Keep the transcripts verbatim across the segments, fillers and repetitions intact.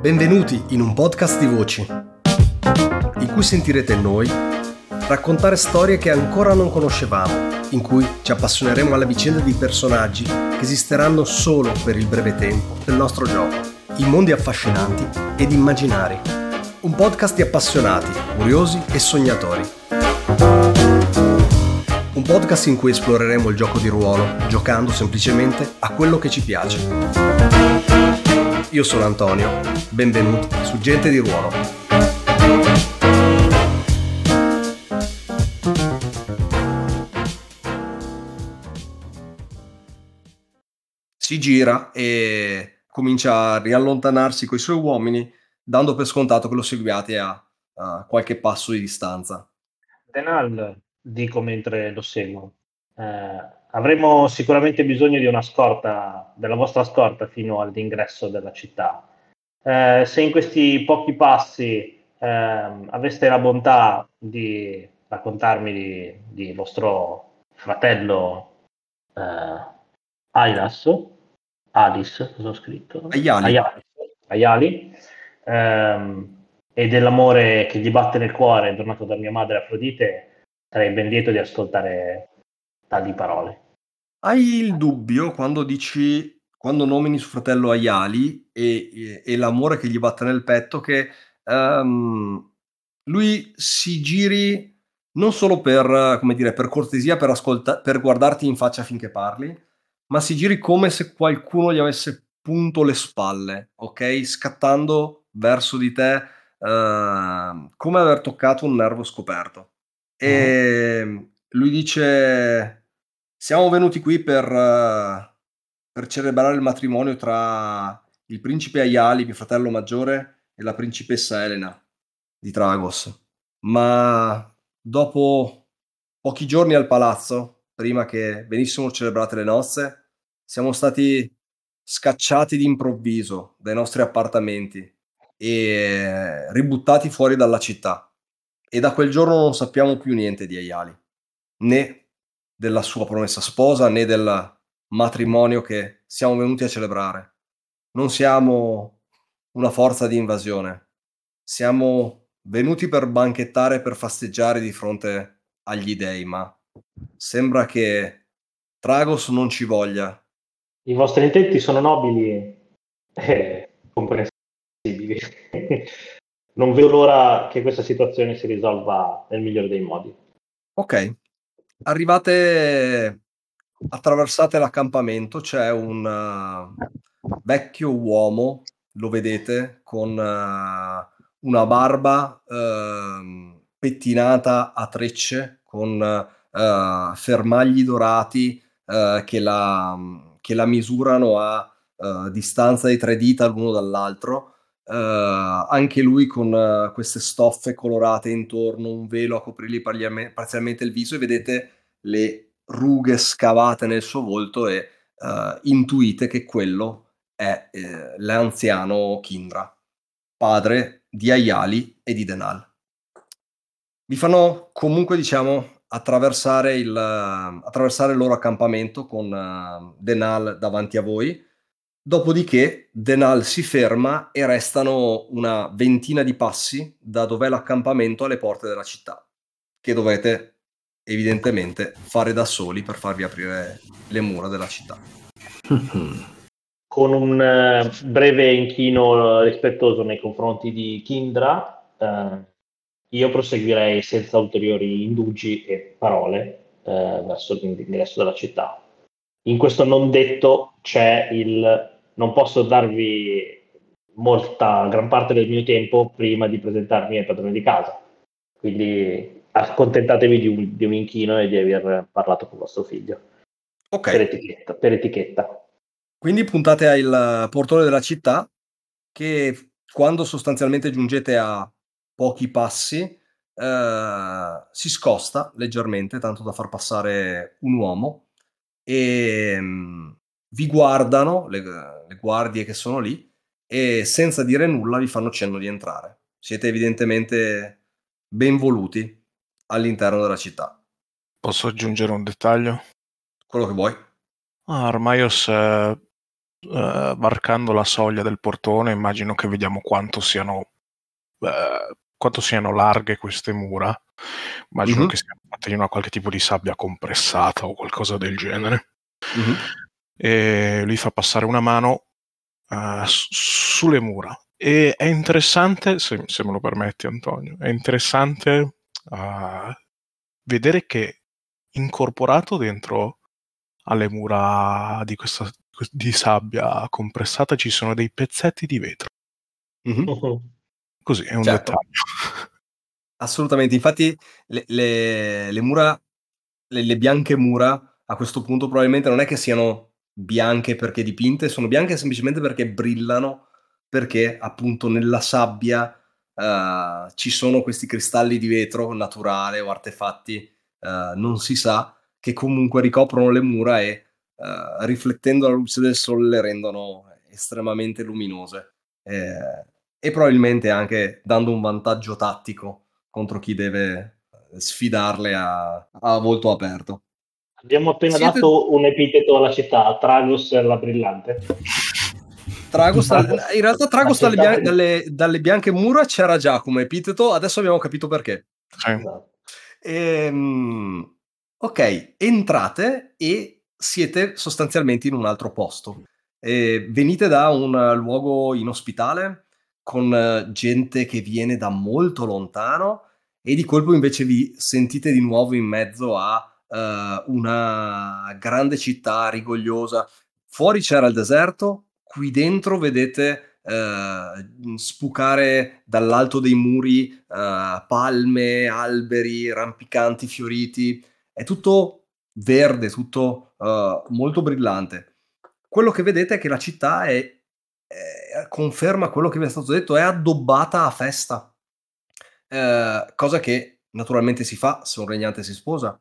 Benvenuti in un podcast di voci, in cui sentirete noi raccontare storie che ancora non conoscevamo, in cui ci appassioneremo alla vicenda di personaggi che esisteranno solo per il breve tempo del nostro gioco, in mondi affascinanti ed immaginari. Un podcast di appassionati, curiosi e sognatori. Un podcast in cui esploreremo il gioco di ruolo, giocando semplicemente a quello che ci piace. Io sono Antonio, benvenuti su Gente di Ruolo. Si gira e comincia a riallontanarsi coi suoi uomini, dando per scontato che lo seguiate a, a qualche passo di distanza. Denal, dico mentre lo seguo, eh, avremo sicuramente bisogno di una scorta, della vostra scorta fino all'ingresso della città. Eh, se in questi pochi passi eh, aveste la bontà di raccontarmi di, di vostro fratello eh, Ailas, Alice, cosa ho scritto? Ayali. Ayali, Ayali ehm, e dell'amore che gli batte nel cuore donato da mia madre Afrodite, sarei ben lieto di ascoltare tali parole. Hai il dubbio quando dici, quando nomini suo fratello Ayali e, e, e l'amore che gli batte nel petto, che um, lui si giri non solo per, come dire, per cortesia, per, ascolta- per guardarti in faccia finché parli, ma si giri come se qualcuno gli avesse punto le spalle, ok? Scattando verso di te, uh, come aver toccato un nervo scoperto. E uh-huh. Lui dice: siamo venuti qui per, uh, per celebrare il matrimonio tra il principe Ayali, mio fratello maggiore, e la principessa Elena di Tragos. Ma dopo pochi giorni al palazzo, prima che venissero celebrate le nozze, siamo stati scacciati d'improvviso dai nostri appartamenti e ributtati fuori dalla città. E da quel giorno non sappiamo più niente di Ayali, né della sua promessa sposa, né del matrimonio che siamo venuti a celebrare. Non siamo una forza di invasione, siamo venuti per banchettare e per festeggiare di fronte agli dei, ma sembra che Tragos non ci voglia. I vostri intenti sono nobili e comprensibili. Non vedo l'ora che questa situazione si risolva nel migliore dei modi. Ok, arrivate, attraversate l'accampamento, c'è un uh, vecchio uomo, lo vedete, con uh, una barba uh, pettinata a trecce, con uh, fermagli dorati uh, che, la, che la misurano a uh, distanza di tre dita l'uno dall'altro. Uh, anche lui con uh, queste stoffe colorate intorno, un velo a coprirgli parliame- parzialmente il viso, e vedete le rughe scavate nel suo volto e uh, intuite che quello è eh, l'anziano Kindra, padre di Ayali e di Denal. Vi fanno comunque, diciamo, attraversare il, uh, attraversare il loro accampamento con uh, Denal davanti a voi. Dopodiché Denal si ferma e restano una ventina di passi da dov'è l'accampamento alle porte della città, che dovete evidentemente fare da soli per farvi aprire le mura della città. Con un eh, breve inchino rispettoso nei confronti di Kindra, eh, io proseguirei senza ulteriori indugi e parole eh, verso l'ingresso della città. In questo non detto c'è il non posso darvi molta, gran parte del mio tempo prima di presentarmi ai padroni di casa. Quindi accontentatevi di un, di un inchino e di aver parlato con vostro figlio. Ok. Per etichetta, per etichetta. Quindi puntate al portone della città, che quando sostanzialmente giungete a pochi passi eh, si scosta leggermente, tanto da far passare un uomo, e mh, vi guardano le, le guardie che sono lì e senza dire nulla vi fanno cenno di entrare. Siete evidentemente ben voluti all'interno della città. Posso aggiungere un dettaglio? Quello che vuoi. Ah, Armaios è uh, varcando la soglia del portone, immagino che vediamo quanto siano uh, quanto siano larghe queste mura. Immagino Mhm. che siano fatte in una qualche tipo di sabbia compressata o qualcosa del genere. Mhm. E lui fa passare una mano uh, s- sulle mura. E è interessante, se, se me lo permetti, Antonio, è interessante uh, vedere che incorporato dentro alle mura di questa di sabbia compressata ci sono dei pezzetti di vetro. Mhm. Così, è un Certo. dettaglio. Assolutamente, infatti le, le- le mura, le, le bianche mura a questo punto probabilmente non è che siano bianche perché dipinte, sono bianche semplicemente perché brillano, perché appunto nella sabbia eh, ci sono questi cristalli di vetro naturale o artefatti, eh, non si sa, che comunque ricoprono le mura e eh, riflettendo la luce del sole le rendono estremamente luminose. Eh, e probabilmente anche dando un vantaggio tattico contro chi deve sfidarle a, a volto aperto. Abbiamo appena Siete dato un epiteto alla città, Tragos la brillante. Tragos, dal- in realtà La Tragos dalle, città bian- che... dalle- dalle bianche mura c'era già come epiteto, adesso abbiamo capito perché. Sì. Esatto. Ehm, ok, entrate e siete sostanzialmente in un altro posto. Eh, venite da un luogo inospitale con eh, gente che viene da molto lontano e di colpo invece vi sentite di nuovo in mezzo a eh, una grande città rigogliosa. Fuori c'era il deserto, qui dentro vedete eh, spucare dall'alto dei muri eh, palme, alberi, rampicanti, fioriti. È tutto verde, tutto eh, molto brillante. Quello che vedete è che la città è, è- conferma quello che vi è stato detto, è addobbata a festa. Eh, cosa che naturalmente si fa se un regnante si sposa.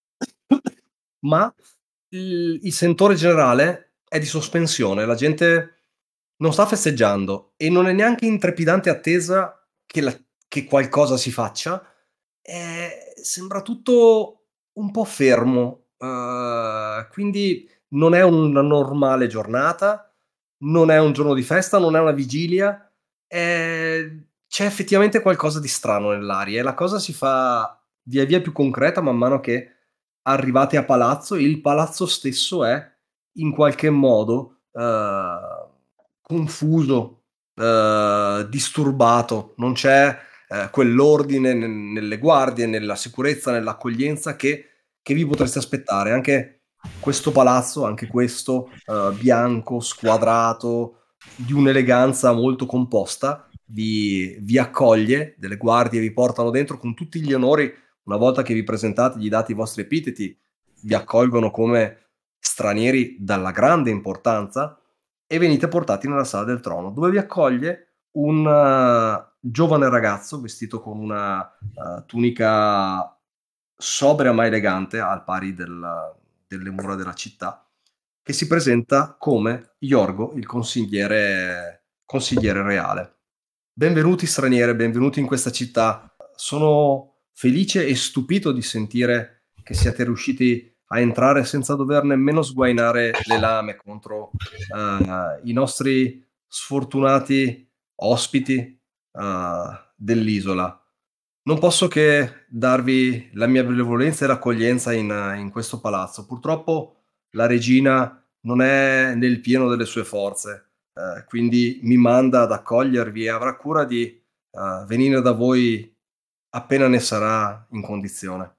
Ma il, il sentore generale è di sospensione, la gente non sta festeggiando e non è neanche in trepidante attesa che, la- che qualcosa si faccia. Eh, sembra tutto un po' fermo, eh, quindi non è una normale giornata, non è un giorno di festa, non è una vigilia, eh, c'è effettivamente qualcosa di strano nell'aria e la cosa si fa via via più concreta man mano che arrivate a palazzo e il palazzo stesso è in qualche modo eh, confuso, eh, disturbato, non c'è eh, quell'ordine n- nelle guardie, nella sicurezza, nell'accoglienza che, che vi potreste aspettare. Anche questo palazzo, anche questo eh, bianco, squadrato, di un'eleganza molto composta, vi, vi accoglie, delle guardie vi portano dentro con tutti gli onori. Una volta che vi presentate, gli date i vostri epiteti, vi accolgono come stranieri dalla grande importanza e venite portati nella sala del trono, dove vi accoglie un uh, giovane ragazzo vestito con una uh, tunica sobria ma elegante, al pari del, delle mura della città, che si presenta come Iorgo, il consigliere, consigliere reale. Benvenuti straniere, benvenuti in questa città. Sono felice e stupito di sentire che siate riusciti a entrare senza dover nemmeno sguainare le lame contro uh, i nostri sfortunati ospiti uh, dell'isola. Non posso che darvi la mia benevolenza e l'accoglienza in, in questo palazzo. Purtroppo la regina non è nel pieno delle sue forze, eh, quindi mi manda ad accogliervi e avrà cura di eh, venire da voi appena ne sarà in condizione.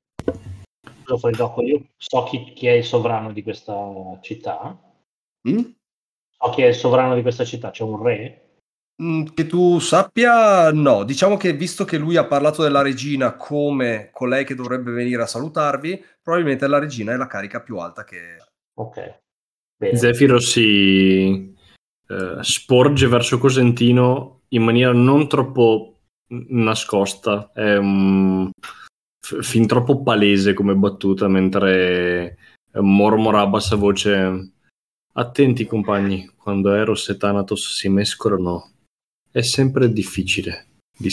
Lo fuori gioco. Io so chi, chi è il sovrano di questa città. Mm? So chi è il sovrano di questa città. C'è un re. Mm, che tu sappia, no. Diciamo che visto che lui ha parlato della regina come colei che dovrebbe venire a salutarvi, probabilmente la regina è la carica più alta che... Ok. Bene. Zefiro si eh, sporge verso Cosentino in maniera non troppo nascosta, è un, f- fin troppo palese come battuta, mentre mormora a bassa voce: attenti compagni, quando Eros e Thanatos si mescolano è sempre difficile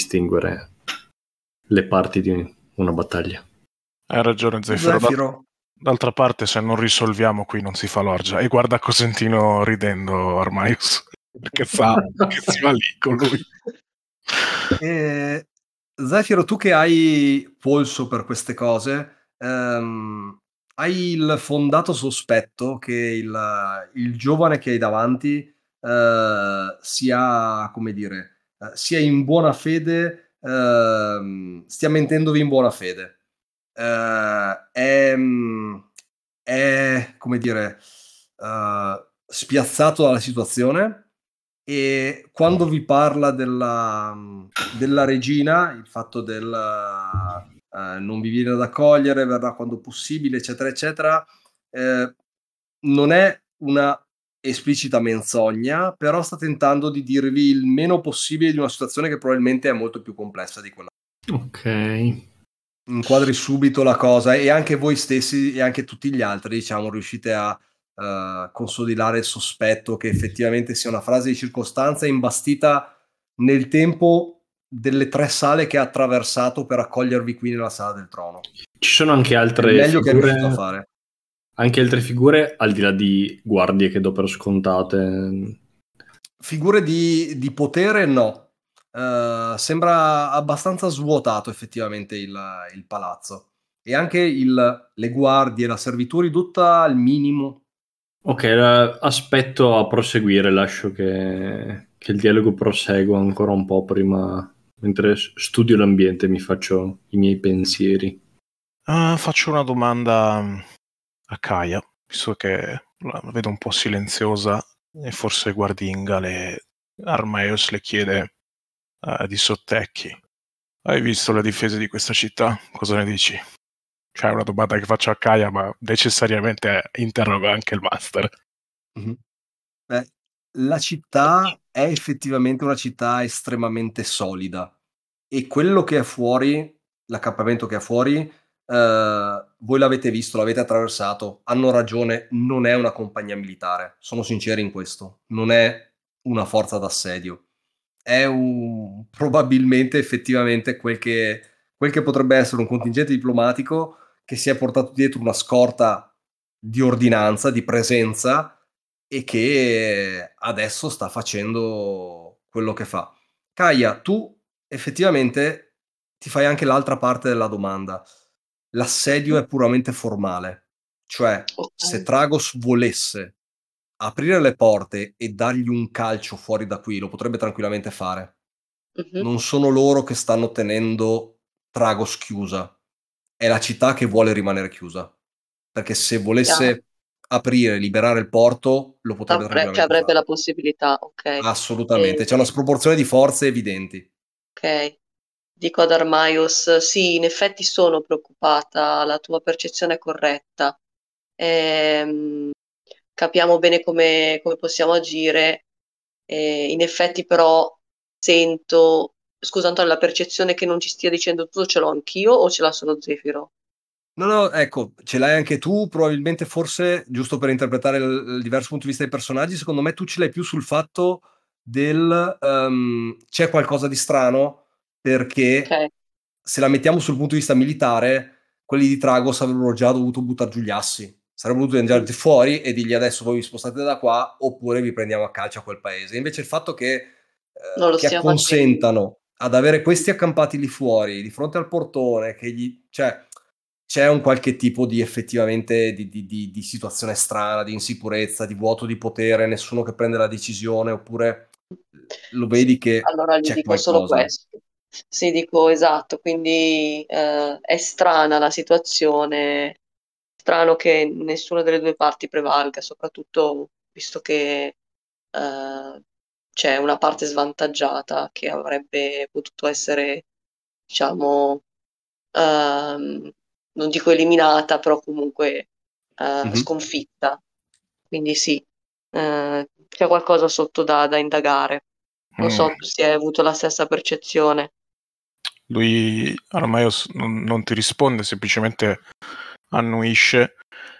distinguere le parti di una battaglia. Hai ragione, Zefiro. Zefiro, D'altra parte, se non risolviamo qui non si fa l'orgia. E guarda Cosentino ridendo, Armaius, perché sa che si va lì con lui. E, Zefiro, tu che hai polso per queste cose, ehm, hai il fondato sospetto che il, il giovane che hai davanti eh, sia, come dire, eh, sia in buona fede, ehm, stia mentendovi in buona fede. Eh, è, è, come dire, eh, spiazzato dalla situazione e quando vi parla della, della regina, il fatto del eh, non vi viene ad accogliere, verrà quando possibile, eccetera, eccetera, eh, non è una esplicita menzogna, però sta tentando di dirvi il meno possibile di una situazione che probabilmente è molto più complessa di quella. Ok. Inquadri subito la cosa e anche voi stessi e anche tutti gli altri, diciamo, riuscite a uh, consolidare il sospetto che effettivamente sia una frase di circostanza imbastita nel tempo delle tre sale che ha attraversato per accogliervi qui nella sala del trono. Ci sono anche altre è meglio figure, che è riuscito a fare. Anche altre figure al di là di guardie che do per scontate. Figure di, di potere no. Uh, sembra abbastanza svuotato effettivamente il, il palazzo e anche il, le guardie, la servitù ridotta al minimo. Ok, aspetto a proseguire, lascio che, che il dialogo prosegua ancora un po' prima, mentre studio l'ambiente mi faccio i miei pensieri. Uh, faccio una domanda a Kaia, visto che la vedo un po' silenziosa e forse guardi Ingale. Armaios le chiede uh, di sottecchi: hai visto le difese di questa città? Cosa ne dici? Cioè, è una domanda che faccio a Kaia, ma necessariamente interroga anche il master. Mm-hmm. Beh, la città è effettivamente una città estremamente solida e quello che è fuori, l'accampamento che è fuori, eh, voi l'avete visto, l'avete attraversato, hanno ragione, non è una compagnia militare, sono sinceri in questo, non è una forza d'assedio, è un, probabilmente effettivamente quel che, quel che potrebbe essere un contingente diplomatico che si è portato dietro una scorta di ordinanza, di presenza e che adesso sta facendo quello che fa. Kaia, tu effettivamente ti fai anche l'altra parte della domanda. L'assedio è puramente formale, cioè Ok. se Tragos volesse aprire le porte e dargli un calcio fuori da qui, lo potrebbe tranquillamente fare. Mhm. Non sono loro che stanno tenendo Tragos chiusa, è la città che vuole rimanere chiusa, perché se volesse Chiaro. aprire, liberare il porto, lo potrebbe Avre- cioè, tranquillamente avrebbe fare. la possibilità, ok. Assolutamente, E- c'è una sproporzione di forze evidenti. ok. Dico ad Armaios, sì, in effetti sono preoccupata, la tua percezione è corretta. Ehm, capiamo bene come, come possiamo agire. Eh, in effetti però sento, scusa Antonio, la percezione che non ci stia dicendo tutto ce l'ho anch'io o ce l'ha solo Zefiro? No, no, ecco, ce l'hai anche tu, probabilmente forse, giusto per interpretare il, il diverso punto di vista dei personaggi, secondo me tu ce l'hai più sul fatto del um, c'è qualcosa di strano, perché Ok, se la mettiamo sul punto di vista militare, quelli di Tragos avrebbero già dovuto buttare giù gli assi, sarebbero dovuti andarti fuori e dirgli adesso voi vi spostate da qua oppure vi prendiamo a calcio a quel paese. Invece il fatto che, non eh, lo che stiamo facendo. acconsentano ad avere questi accampati lì fuori, di fronte al portone, che gli... cioè, c'è un qualche tipo di effettivamente di, di, di, di situazione strana, di insicurezza, di vuoto di potere, nessuno che prende la decisione, oppure lo vedi che Allora gli c'è dico solo qualcosa. questo. Sì, dico esatto, quindi eh, è strana la situazione, strano che nessuna delle due parti prevalga, soprattutto visto che eh, c'è una parte svantaggiata che avrebbe potuto essere, diciamo, ehm, non dico eliminata, però comunque eh, Mm-hmm. sconfitta. Quindi sì, eh, c'è qualcosa sotto da, da indagare. Non Mm. so se hai avuto la stessa percezione. Lui ormai non, non ti risponde, semplicemente annuisce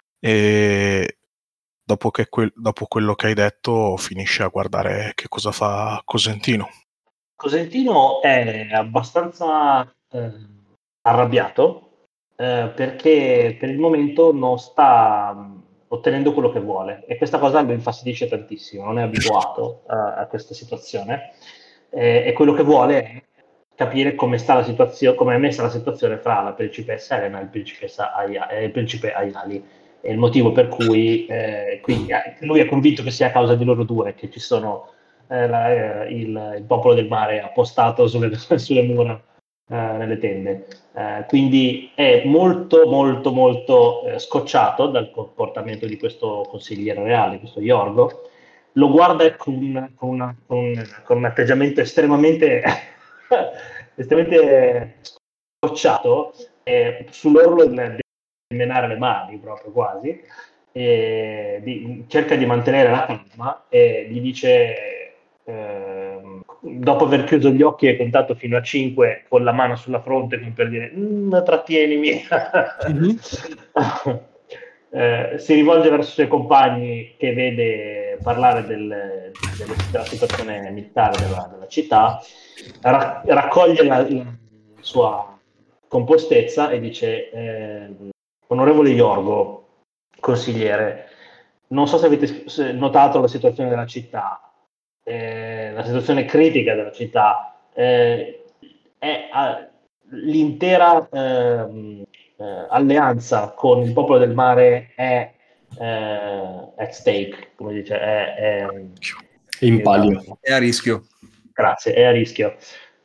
e dopo, che quel, dopo quello che hai detto finisce a guardare che cosa fa Cosentino. Cosentino è abbastanza eh, arrabbiato eh, perché per il momento non sta mh, ottenendo quello che vuole e questa cosa lo infastidisce tantissimo, non è abituato a, a questa situazione eh, e quello che vuole è capire come sta la situazione, come è messa la situazione fra la principessa Elena e il, principessa Aya, e il principe Ayali. È il motivo per cui eh, quindi, eh, lui è convinto che sia a causa di loro due che ci sono eh, la, eh, il, il popolo del mare appostato sulle, sulle mura eh, nelle tende. Eh, quindi è molto molto molto eh, scocciato dal comportamento di questo consigliere reale, questo Yorgo. Lo guarda con, con, una, con, con un atteggiamento estremamente estremamente scocciato eh, sull'orlo di menare le mani proprio quasi e di, cerca di mantenere la calma e gli dice eh, dopo aver chiuso gli occhi e contato fino a cinque con la mano sulla fronte come per dire trattienimi mm-hmm. eh, si rivolge verso i suoi compagni che vede parlare del, del, della situazione militare della, della città, ra- raccoglie la, la sua compostezza e dice eh, onorevole Yorgo, consigliere, non so se avete notato la situazione della città, eh, la situazione critica della città, eh, è a, l'intera eh, eh, alleanza con il popolo del mare è eh, at stake, come dice, è, è, in palio. È a rischio. Grazie, è a rischio.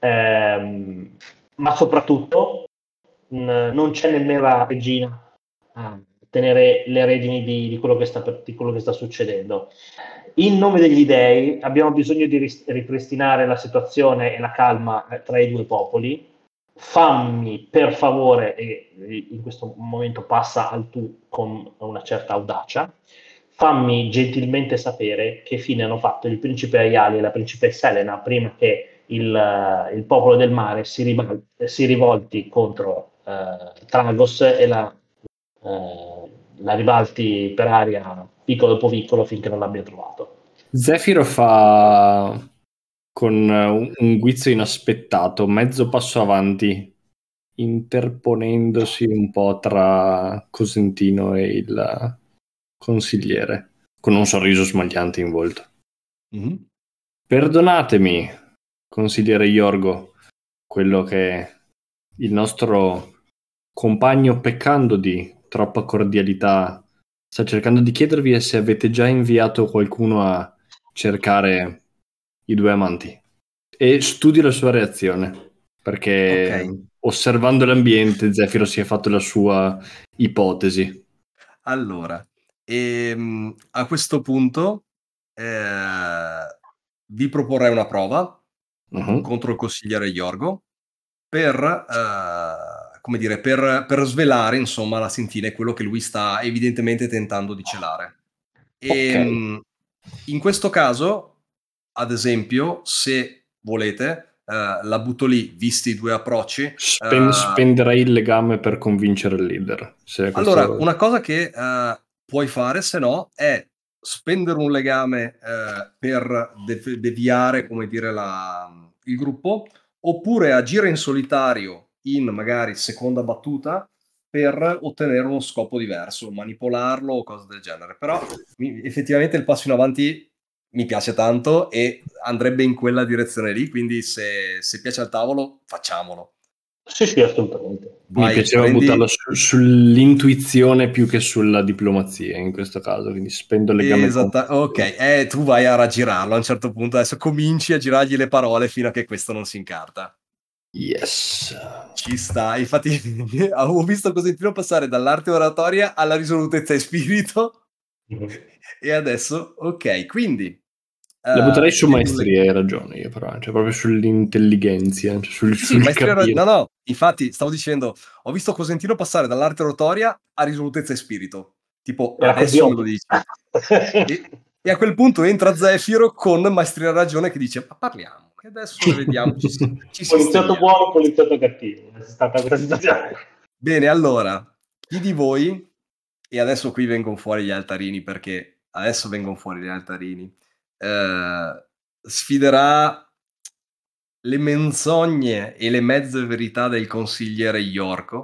Eh, ma soprattutto mh, non c'è nemmeno la regina a tenere le redini di, di, quello che sta, di quello che sta succedendo. In nome degli dei abbiamo bisogno di ripristinare la situazione e la calma tra i due popoli. Fammi per favore, e in questo momento passa al tu con una certa audacia, fammi gentilmente sapere che fine hanno fatto il principe Ayali e la principessa Elena prima che il, il popolo del mare si, rival- si rivolti contro eh, Tragos e la, eh, la ribalti per aria piccolo dopo piccolo finché non l'abbia trovato. Zefiro fa con un, un guizzo inaspettato mezzo passo avanti, interponendosi un po' tra Cosentino e il consigliere, con un sorriso smagliante in volto. Mm-hmm. Perdonatemi, consigliere Yorgo, quello che il nostro compagno, peccando di troppa cordialità, sta cercando di chiedervi è se avete già inviato qualcuno a cercare i due amanti e studio la sua reazione, perché okay. Osservando l'ambiente Zefiro si è fatto la sua ipotesi. Allora, ehm, a questo punto eh, vi proporrei una prova uh-huh. contro il consigliere Yorgo per, eh, come dire, per, per svelare insomma la sentina e quello che lui sta evidentemente tentando di celare. E, okay. In questo caso, ad esempio, se volete, Uh, la butto lì, visti i due approcci. Spen- uh, spenderei il legame per convincere il leader. Se allora, questo... una cosa che uh, puoi fare, se no, è spendere un legame uh, per dev- deviare, come dire, la, il gruppo, oppure agire in solitario in magari seconda battuta per ottenere uno scopo diverso, manipolarlo o cose del genere. Però mi, effettivamente il passo in avanti mi piace tanto e andrebbe in quella direzione lì, quindi se, se piace al tavolo facciamolo. Sì, sì, assolutamente. Vai, mi piaceva prendi... buttarlo su, sull'intuizione più che sulla diplomazia in questo caso, quindi spendo il legame. Esatto, con... ok, eh, tu vai a raggirarlo a un certo punto, adesso cominci a girargli le parole fino a che questo non si incarta. Yes. Ci sta, infatti avevo visto Cosentino passare dall'arte oratoria alla risolutezza e spirito mm-hmm. e adesso, ok, quindi la butterei uh, su maestria, hai ragione io però, cioè proprio sull'intelligenza, cioè sul, sì, sul maestria, capire. No, no, infatti stavo dicendo, ho visto Cosentino passare dall'arte oratoria a risolutezza e spirito, tipo Era adesso me lo dici. e, e a quel punto entra Zefiro con maestria ragione che dice, ma parliamo, che adesso ne vediamo, ci, ci poliziotto buono, poliziotto cattivo, è stata questa situazione. Bene, allora, chi di voi, e adesso qui vengono fuori gli altarini, perché adesso vengono fuori gli altarini, eh, sfiderà le menzogne e le mezze verità del consigliere Yorgo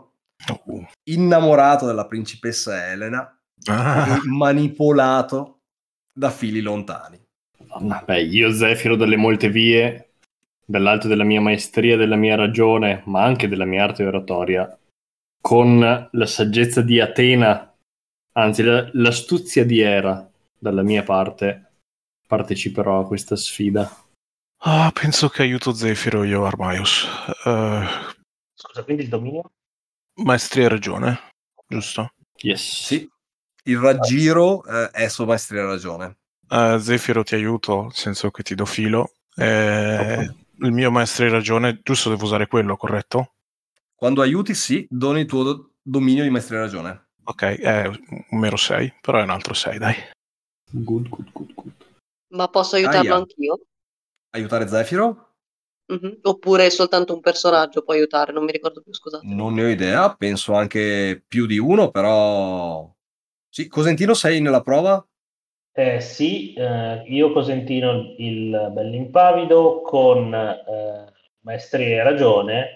Uh. innamorato della principessa Elena Ah. e manipolato da fili lontani. Beh, io Zefiro delle molte vie, dall'alto della mia maestria, della mia ragione, ma anche della mia arte oratoria, con la saggezza di Atena, anzi la, l'astuzia di Era, dalla mia parte, parteciperò a questa sfida. Ah, penso che aiuto Zefiro io, Armaios. Uh, Scusa, quindi il dominio? maestria e ragione, giusto? Yes. Sì, il raggiro eh, è su maestria e ragione. Uh, Zefiro ti aiuto, nel senso che ti do filo. Eh, il mio maestria e ragione, giusto, devo usare quello, corretto? Quando aiuti, sì, doni il tuo do- dominio di maestria e ragione. Ok, è un mero sei, però è un altro sei, dai. Good, good, good, good. Ma posso aiutarlo Aia. anch'io? Aiutare Zefiro? Mhm. Oppure soltanto un personaggio può aiutare? Non mi ricordo più, scusate. Non ne ho idea, penso anche più di uno, però... Sì, Cosentino, sei nella prova? Eh, sì, eh, io Cosentino il bell'impavido con eh, maestria e ragione,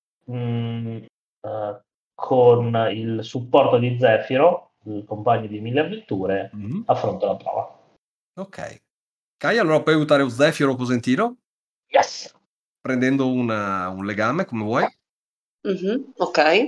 mh, eh, con il supporto di Zefiro, il compagno di Mille Avventure, Mm-hmm. affronto la prova. Ok. Kai, allora puoi aiutare Zefiro o Cosentino? Yes! Prendendo una, un legame, come vuoi. Mhm, ok.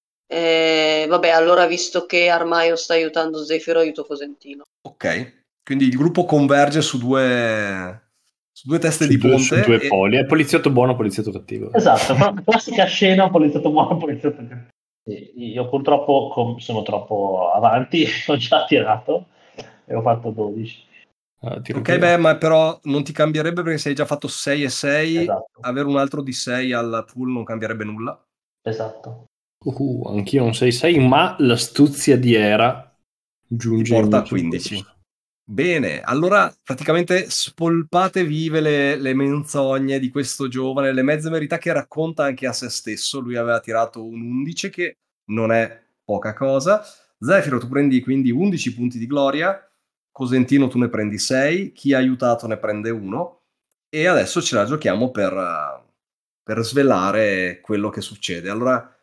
Eh, vabbè, allora visto che Armaio sta aiutando Zefiro, aiuto Cosentino. Ok. Quindi il gruppo converge su due, su due teste Su di due, ponte. su due e... poli, è poliziotto buono, poliziotto cattivo. Esatto, classica scena, poliziotto buono, poliziotto cattivo. Sì, io purtroppo com- sono troppo avanti, ho già tirato e ho fatto dodici. Ah, tiro Ok, tiro. beh, ma però non ti cambierebbe perché se hai già fatto sei e sei, Esatto. avere un altro di sei al pool non cambierebbe nulla. Esatto. Uh, anch'io un sei sei, ma l'astuzia di Era Ti giunge porta a invece in quindici. bonus. Bene, allora praticamente spolpate vive le, le menzogne di questo giovane, le mezze verità che racconta anche a se stesso. Lui aveva tirato un undici, che non è poca cosa. Zefiro, tu prendi quindi undici punti di gloria, Cosentino tu ne prendi sei, chi ha aiutato ne prende uno, e adesso ce la giochiamo per, uh, per svelare quello che succede. Allora,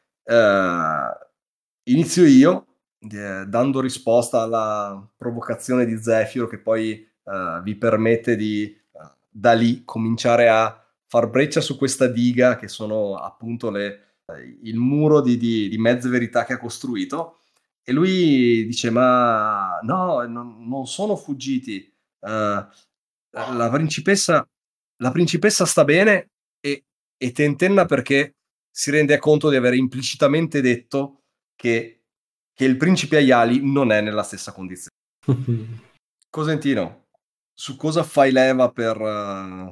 uh, inizio io, eh, dando risposta alla provocazione di Zefiro, che poi uh, vi permette di uh, da lì cominciare a far breccia su questa diga che sono appunto le, eh, il muro di, di, di mezze verità che ha costruito. E lui dice: ma no, non, non sono fuggiti. Uh, la principessa la principessa sta bene e, e tentenna perché si rende conto di aver implicitamente detto che, che il principe Ayali non è nella stessa condizione. Cosentino, su cosa fai leva per... Uh...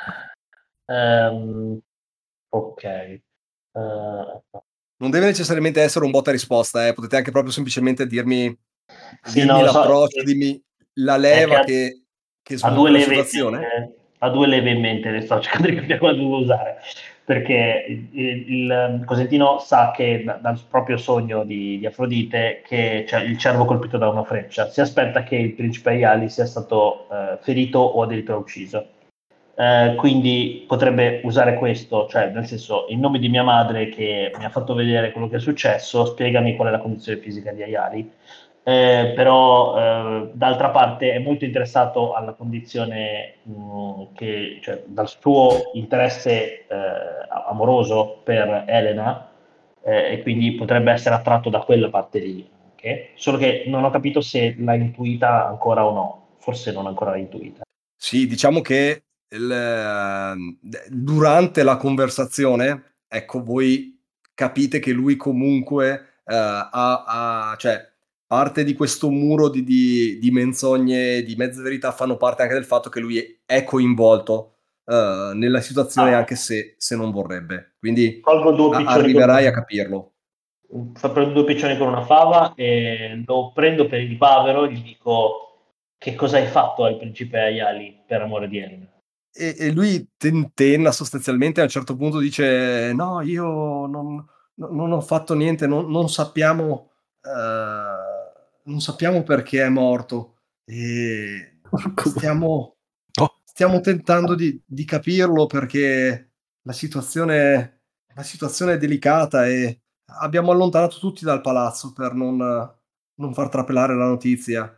Um, ok. Uh, Non deve necessariamente essere un botta risposta, eh. Potete anche proprio semplicemente dirmi, sì, dirmi no, so, l'approccio, è, dimmi la è che leva ha, che, che ha due sblocca la leve in situazione. mente, ha due leve in mente, le sto cercando di capire quale devo usare, perché il, il, il Cosentino sa che da, dal proprio sogno di, di Afrodite che c'è il cervo colpito da una freccia, si aspetta che il principe Ayali sia stato eh, ferito o addirittura ucciso. Eh, quindi potrebbe usare questo, cioè nel senso, in nome di mia madre che mi ha fatto vedere quello che è successo, spiegami qual è la condizione fisica di Ayali. Eh, però eh, d'altra parte è molto interessato alla condizione mh, che, cioè, dal suo interesse eh, amoroso per Elena, eh, e quindi potrebbe essere attratto da quella parte lì. Okay? Solo che non ho capito se l'ha intuita ancora o no, forse non ancora l'ha intuita. Sì, diciamo che il, durante la conversazione, ecco, voi capite che lui comunque uh, ha, ha, cioè, parte di questo muro di, di, di menzogne, di mezze verità, fanno parte anche del fatto che lui è coinvolto uh, nella situazione, Ah, anche se, se non vorrebbe. Quindi colgo due a, piccioni con arriverai a una, capirlo. prendo due piccioni con una fava e lo prendo per il bavero e gli dico: che cosa hai fatto al principe Ayali per amore di Elena? E, e lui tentenna sostanzialmente, a un certo punto dice: no, io non, non ho fatto niente, non, non sappiamo uh, non sappiamo perché è morto e stiamo, Oh. stiamo tentando di, di capirlo perché la situazione, la situazione è delicata e abbiamo allontanato tutti dal palazzo per non, non far trapelare la notizia.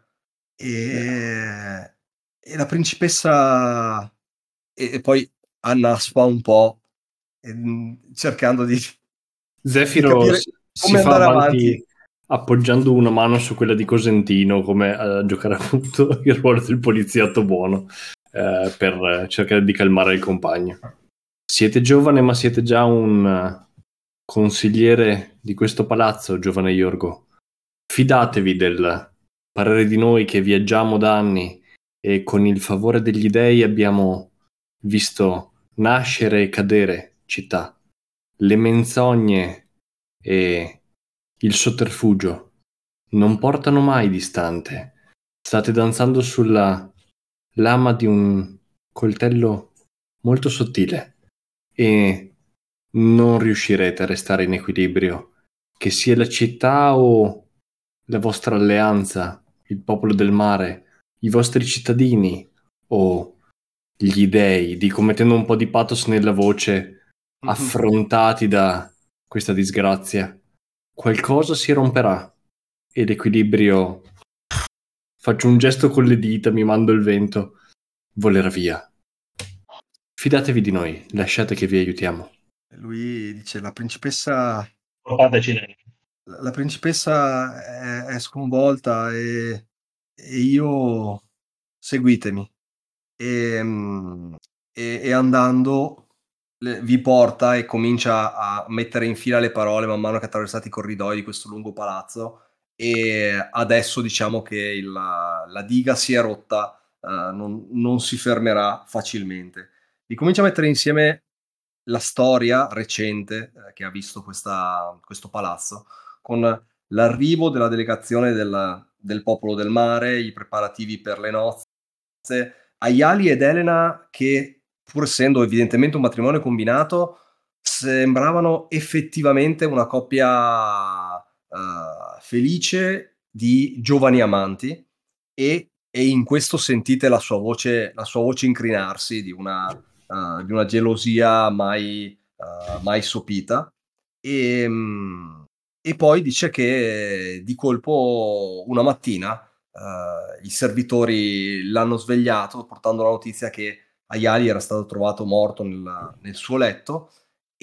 E, e la principessa, e, e poi annaspa un po', e, mh, cercando di, di Zefiro capire si, si come fa andare avanti avanti. appoggiando una mano su quella di Cosentino, come a giocare appunto il ruolo del poliziotto buono, eh, per cercare di calmare il compagno. Siete giovane, ma siete già un eh, consigliere di questo palazzo, giovane Yorgo. Fidatevi del parere di noi che viaggiamo da anni e con il favore degli dei abbiamo visto nascere e cadere città. Le menzogne e il sotterfugio non portano mai distante. State danzando sulla lama di un coltello molto sottile e non riuscirete a restare in equilibrio, che sia la città o la vostra alleanza, il popolo del mare, i vostri cittadini o gli dei, dico mettendo un po' di pathos nella voce, affrontati da questa disgrazia. Qualcosa si romperà e l'equilibrio, faccio un gesto con le dita, mi mando il vento, volerà via. Fidatevi di noi, lasciate che vi aiutiamo. Lui dice: la principessa Portateci lei. la principessa è, è sconvolta e, e io seguitemi. E, mm, e- e andando le- vi porta e comincia a mettere in fila le parole man mano che attraversate i corridoi di questo lungo palazzo. E adesso diciamo che il- la, la diga si è rotta, eh, non, non si fermerà facilmente. Vi comincia a mettere insieme la storia recente, eh, che ha visto questa- questo palazzo, con l'arrivo della delegazione del, del popolo del mare, i preparativi per le nozze, Ayali ed Elena che, pur essendo evidentemente un matrimonio combinato, sembravano effettivamente una coppia eh, felice di giovani amanti, e, e in questo sentite la sua voce, la sua voce incrinarsi di una, eh, di una gelosia mai, eh, mai sopita. E, mm, e poi dice che di colpo una mattina eh, i servitori l'hanno svegliato portando la notizia che Ayali era stato trovato morto nel, nel suo letto,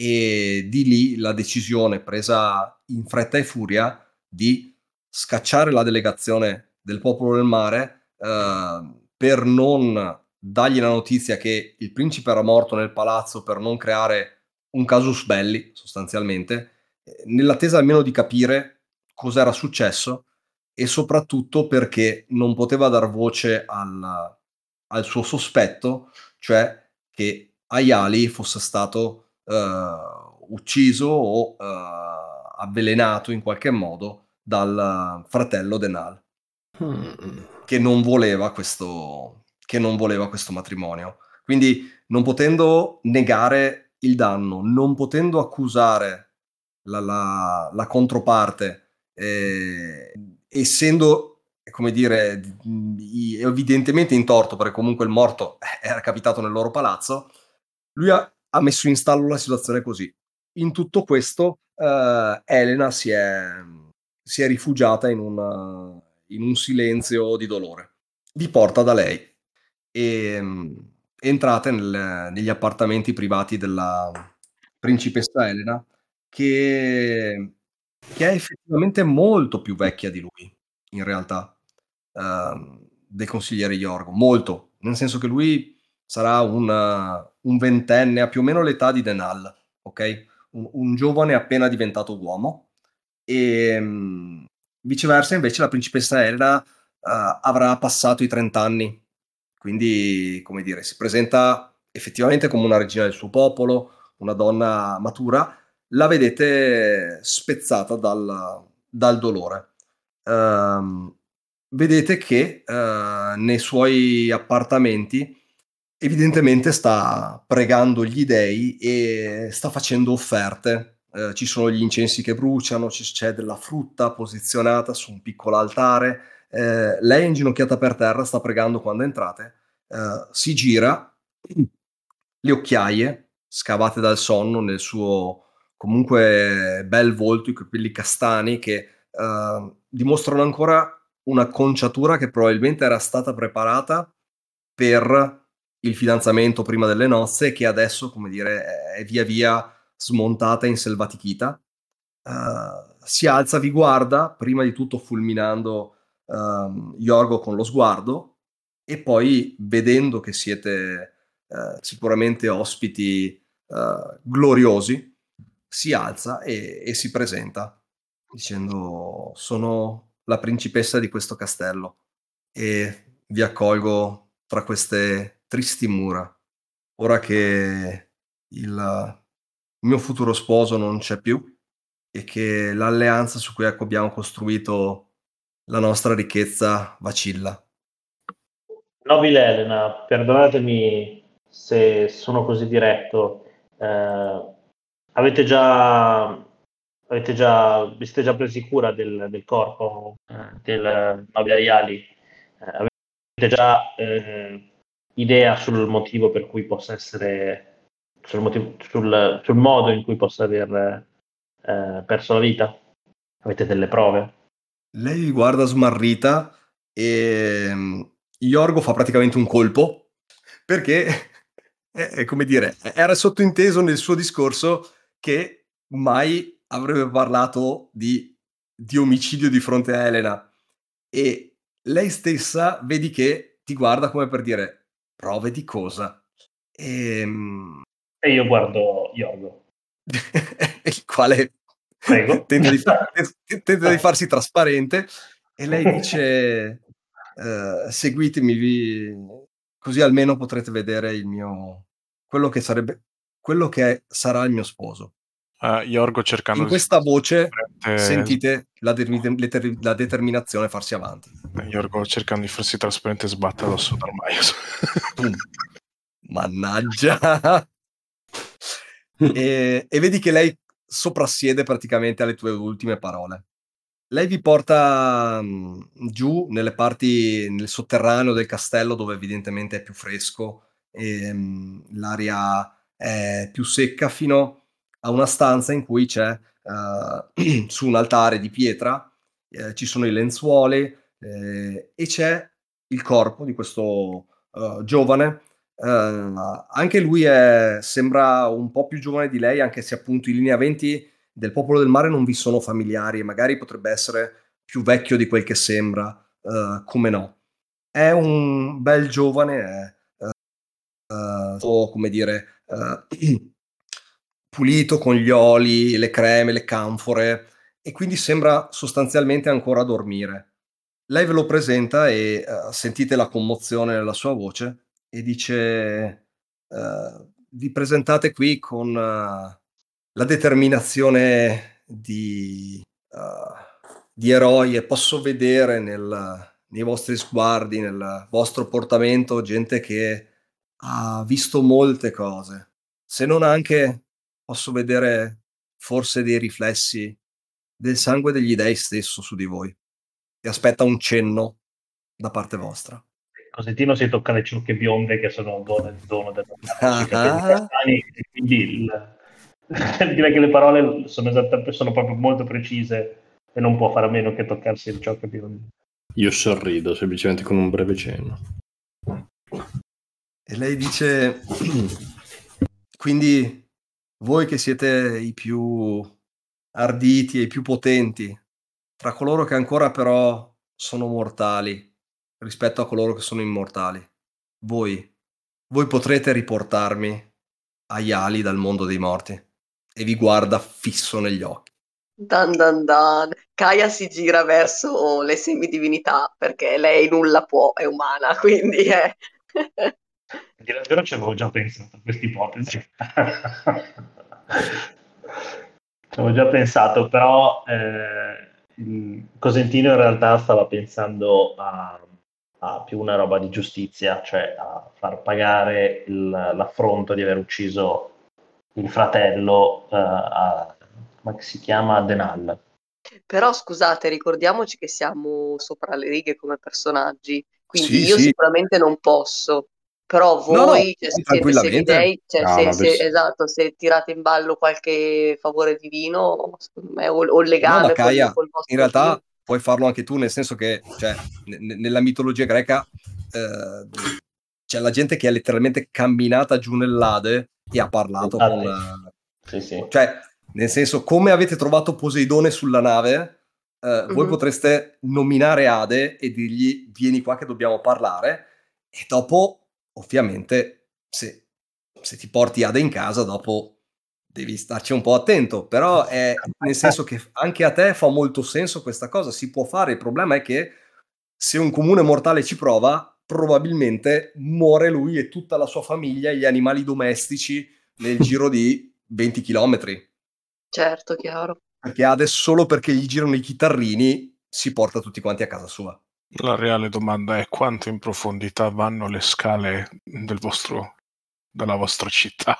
e di lì la decisione presa in fretta e furia di scacciare la delegazione del popolo del mare, eh, per non dargli la notizia che il principe era morto nel palazzo, per non creare un casus belli sostanzialmente, eh, nell'attesa almeno di capire cosa era successo, e soprattutto perché non poteva dar voce al, al suo sospetto, cioè che Ayali fosse stato eh, ucciso o eh, avvelenato in qualche modo dal fratello Denal, Hmm. che non voleva questo, che non voleva questo matrimonio. Quindi, non potendo negare il danno, non potendo accusare la, la- la controparte, eh, essendo, come dire, di- evidentemente in torto, perché comunque il morto era capitato nel loro palazzo, lui ha, ha messo in stallo la situazione così. In tutto questo, eh, Elena si è, si è rifugiata in, una- in un silenzio di dolore. Vi porta da lei e mm, entrate nel- negli appartamenti privati della principessa Elena, che, che è effettivamente molto più vecchia di lui, in realtà, ehm, del consigliere Yorgo, molto, nel senso che lui sarà un, uh, un ventenne, ha più o meno l'età di Denal, ok? Un, un giovane appena diventato uomo, e mh, viceversa invece la principessa Elena uh, avrà passato i trenta anni, quindi, come dire, si presenta effettivamente come una regina del suo popolo, una donna matura. La vedete spezzata dal, dal dolore. Ehm, Vedete che eh, nei suoi appartamenti evidentemente sta pregando gli dei e sta facendo offerte. Eh, ci sono gli incensi che bruciano, ci- c'è della frutta posizionata su un piccolo altare. Eh, lei è inginocchiata per terra, sta pregando quando entrate. Eh, si gira, le occhiaie scavate dal sonno nel suo comunque bel volto, i capelli castani che uh, dimostrano ancora una conciatura che probabilmente era stata preparata per il fidanzamento prima delle nozze, che adesso, come dire, è via via smontata e inselvatichita. Uh, si alza, vi guarda, prima di tutto fulminando uh, Yorgo con lo sguardo, e poi, vedendo che siete uh, sicuramente ospiti uh, gloriosi, si alza e, e si presenta dicendo: sono la principessa di questo castello e vi accolgo tra queste tristi mura. Ora che il mio futuro sposo non c'è più e che l'alleanza su cui abbiamo costruito la nostra ricchezza vacilla. Nobile Elena, perdonatemi se sono così diretto. Eh, avete già avete già vi siete già presi cura del, del corpo eh, del nobile Ayali? Eh, avete già eh, idea sul motivo per cui possa essere sul, motivo, sul, sul modo in cui possa aver eh, perso la vita? Avete delle prove? Lei vi guarda smarrita e Yorgo fa praticamente un colpo, perché è, è come dire, era sottointeso nel suo discorso che mai avrebbe parlato di, di omicidio di fronte a Elena, e lei stessa vedi che ti guarda come per dire: prove di cosa? E, e io guardo Yorgo, il quale tenta di, far, tenta di farsi trasparente, e lei dice: Uh, seguitemi, vi... così almeno potrete vedere il mio, quello che sarebbe, quello che sarà il mio sposo. Uh, Yorgo, cercando in questa voce trasparente... sentite la, de- la determinazione farsi avanti. Yorgo, cercando di farsi trasparente, sbatte addosso dal mannaggia. e, e vedi che lei soprassiede praticamente alle tue ultime parole. Lei vi porta mh, giù nelle parti, nel sotterraneo del castello, dove evidentemente è più fresco e mh, l'aria è più secca, fino a una stanza in cui c'è uh, su un altare di pietra, eh, ci sono i lenzuoli eh, e c'è il corpo di questo uh, giovane. Uh, anche lui è, sembra un po' più giovane di lei, anche se appunto i lineamenti del popolo del mare non vi sono familiari, magari potrebbe essere più vecchio di quel che sembra, uh, come no. È un bel giovane, è uh, uh, come dire, uh, pulito, con gli oli, le creme, le canfore, e quindi sembra sostanzialmente ancora dormire. Lei ve lo presenta e uh, sentite la commozione nella sua voce e dice: uh, vi presentate qui con uh, la determinazione di, uh, di eroi, e posso vedere nel, nei vostri sguardi, nel vostro portamento, gente che ha visto molte cose, se non anche posso vedere forse dei riflessi del sangue degli dei stesso su di voi, e aspetta un cenno da parte vostra. Cosentino si tocca le ciocche bionde che sono dono, dono del castani, quindi il, direi che le parole sono, esattamente, sono proprio molto precise e non può fare a meno che toccarsi le ciocche bionde. Io sorrido semplicemente con un breve cenno. E lei dice: quindi voi che siete i più arditi e i più potenti tra coloro che ancora però sono mortali rispetto a coloro che sono immortali, voi voi potrete riportarmi Ayali dal mondo dei morti. E vi guarda fisso negli occhi. Dan dan dan. Kaya si gira verso le semidivinità, perché lei nulla può, è umana, quindi è... Di davvero ci avevo già pensato a questa ipotesi. Ci avevo già pensato, però eh, Cosentino in realtà stava pensando a, a più una roba di giustizia, cioè a far pagare il, l'affronto di aver ucciso il fratello uh, a, come si chiama, Denal. Però scusate, ricordiamoci che siamo sopra le righe come personaggi, quindi sì, io sì. sicuramente non posso. però No, no, voi, cioè, sì, se siete tranquillamente. semidei, cioè, No, se, no, se- adesso- esatto, se tirate in ballo qualche favore divino, secondo me, o, o il No, ma legame col, Kaia, col in vostro dio. realtà puoi farlo anche tu, nel senso che, cioè, ne- ne- nella mitologia greca eh, c'è la gente che è letteralmente camminata giù nell'Ade e ha parlato con... Infatti, eh, sì, sì. Cioè, nel senso, come avete trovato Poseidone sulla nave, eh, voi Mhm. potreste nominare Ade e dirgli vieni qua che dobbiamo parlare, e dopo, ovviamente, se, se ti porti Ade in casa, dopo devi starci un po' attento, però è nel senso che anche a te fa molto senso questa cosa, si può fare, il problema è che se un comune mortale ci prova, probabilmente muore lui e tutta la sua famiglia e gli animali domestici nel giro di venti chilometri. Certo, chiaro. Perché Hades, solo perché gli girano i chitarrini, si porta tutti quanti a casa sua. La reale domanda è quanto in profondità vanno le scale del vostro, della vostra città.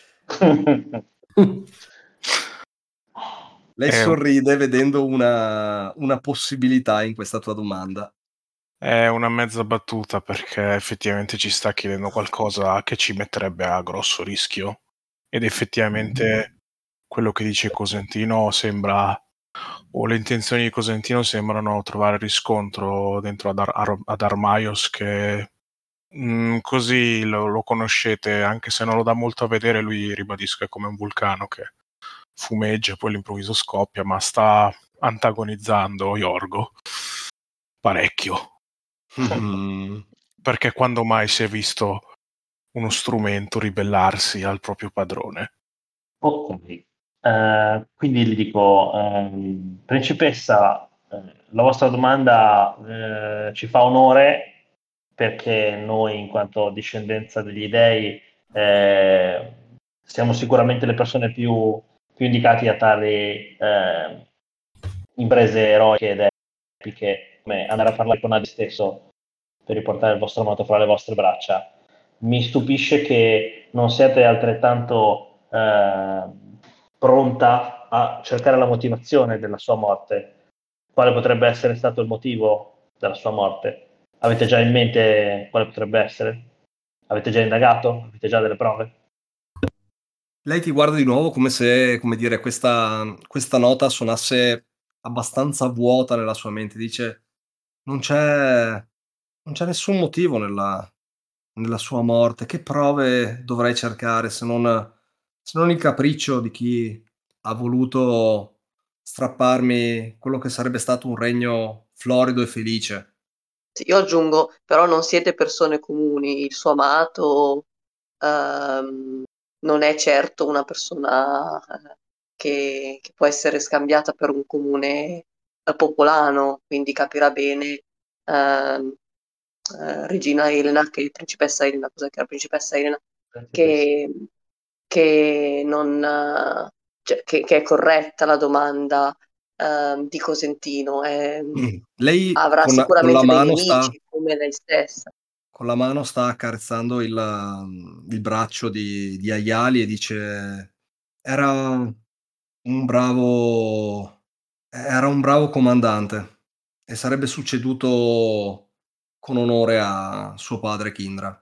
Lei È, sorride vedendo una, una possibilità in questa tua domanda. è una mezza battuta perché effettivamente ci sta chiedendo qualcosa che ci metterebbe a grosso rischio ed effettivamente quello che dice Cosentino sembra, o le intenzioni di Cosentino sembrano trovare riscontro dentro ad, Ar- ad Armaios che mh, così lo, lo conoscete, anche se non lo dà molto a vedere, lui ribadisco è come un vulcano che fumeggia, poi all'improvviso scoppia, ma sta antagonizzando Yorgo parecchio. Perché quando mai si è visto uno strumento ribellarsi al proprio padrone? Ok, Eh, quindi gli dico, ehm, principessa, eh, la vostra domanda eh, ci fa onore perché noi, in quanto discendenza degli dei, eh, siamo sicuramente le persone più, più indicate a tali eh, imprese eroiche ed epiche, come andare a parlare con Adi stesso per riportare il vostro amato fra le vostre braccia. Mi stupisce che non siate altrettanto eh, pronta a cercare la motivazione della sua morte. Quale potrebbe essere stato il motivo della sua morte? Avete già in mente quale potrebbe essere? Avete già indagato? Avete già delle prove? Lei ti guarda di nuovo come se, come dire, questa, questa nota suonasse abbastanza vuota nella sua mente. Dice, non c'è, non c'è nessun motivo nella, nella sua morte. Che prove dovrei cercare se non, se non il capriccio di chi ha voluto strapparmi quello che sarebbe stato un regno florido e felice? Sì, io aggiungo, però non siete persone comuni, il suo amato ehm, non è certo una persona eh, che, che può essere scambiata per un comune eh, popolano, quindi capirà bene ehm, eh, Regina Elena, che è principessa Elena, cos'è che è la principessa Elena, che, che non, eh, cioè, che, che è corretta la domanda ehm, di Cosentino. È, Lei avrà con, con la sicuramente dei mano sta... nemici, come lei stessa. Con la mano sta accarezzando il, mhmm, il braccio di, di Ayali e dice: Era un bravo, era un bravo comandante e sarebbe succeduto con onore a suo padre Kindra.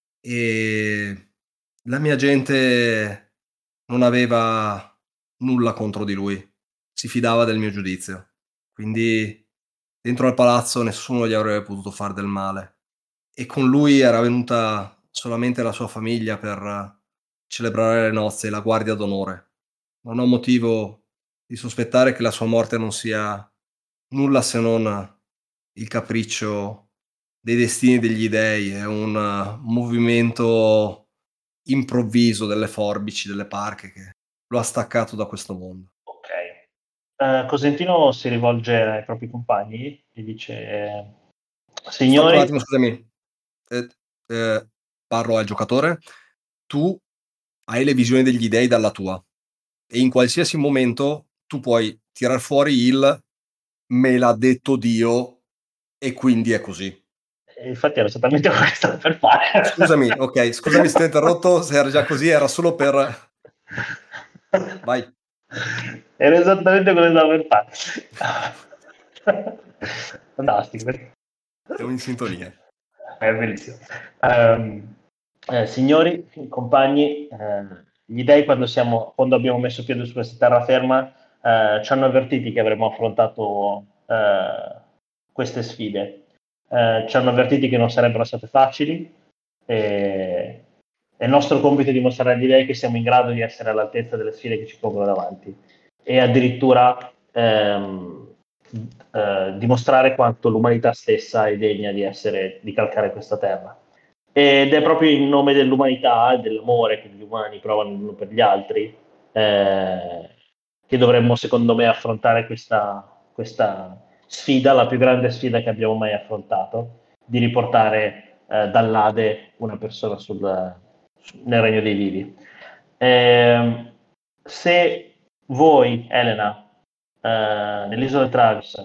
E la mia gente non aveva nulla contro di lui, si fidava del mio giudizio. Quindi dentro al palazzo nessuno gli avrebbe potuto fare del male. E con lui era venuta solamente la sua famiglia per celebrare le nozze e la guardia d'onore. Non ho motivo di sospettare che la sua morte non sia nulla se non il capriccio dei destini degli dei, è un uh, movimento improvviso delle forbici, delle parche che lo ha staccato da questo mondo. Ok. Eh, Cosentino si rivolge ai propri compagni e dice: eh, Aspetta un Signori, attimo, scusami. Eh, eh, parlo al giocatore. Tu hai le visioni degli dei dalla tua e in qualsiasi momento tu puoi tirar fuori il me l'ha detto Dio e quindi è così. eh, infatti era esattamente quello che stavo per fare. Scusami, ok, scusami se ti ho interrotto, se era già così, era solo per... Vai. Era esattamente quello che stavo per fare. Fantastico. Siamo in sintonia. È bellissimo. Um, Eh, signori, compagni, eh, gli dei quando, siamo, quando abbiamo messo piede su questa terraferma eh, ci hanno avvertiti che avremmo affrontato eh, queste sfide. Eh, ci hanno avvertiti che non sarebbero state facili e è il nostro compito dimostrare agli dei che siamo in grado di essere all'altezza delle sfide che ci pongono davanti e addirittura ehm, eh, dimostrare quanto l'umanità stessa è degna di essere, di calcare questa terra. Ed è proprio in nome dell'umanità e dell'amore che gli umani provano l'uno per gli altri eh, che dovremmo, secondo me, affrontare questa, questa sfida, la più grande sfida che abbiamo mai affrontato, di riportare eh, dall'Ade una persona sul, nel regno dei vivi. Eh, se voi, Elena, eh, nell'isola di Travis,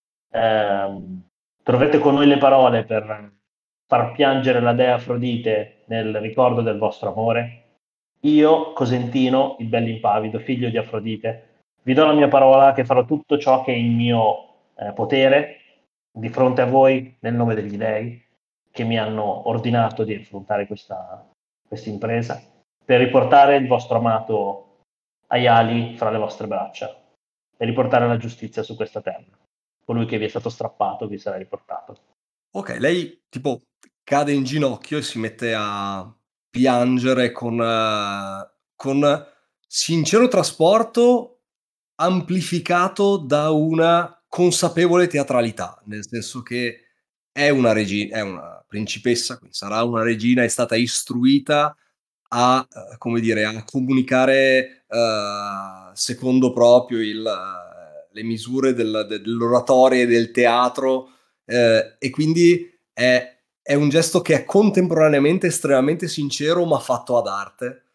eh, trovate con noi le parole per far piangere la dea Afrodite nel ricordo del vostro amore, io, Cosentino, il bell'impavido, figlio di Afrodite, vi do la mia parola che farò tutto ciò che è in mio eh, potere di fronte a voi nel nome degli dei che mi hanno ordinato di affrontare questa impresa per riportare il vostro amato Ayali fra le vostre braccia e riportare la giustizia su questa terra. Colui che vi è stato strappato vi sarà riportato. Ok, lei tipo cade in ginocchio e si mette a piangere con, uh, con sincero trasporto amplificato da una consapevole teatralità, nel senso che è una regina, è una principessa, quindi sarà una regina, è stata istruita a, uh, come dire, a comunicare uh, secondo proprio il, uh, le misure del, dell'oratorio e del teatro. Eh, e quindi è, è un gesto che è contemporaneamente estremamente sincero ma fatto ad arte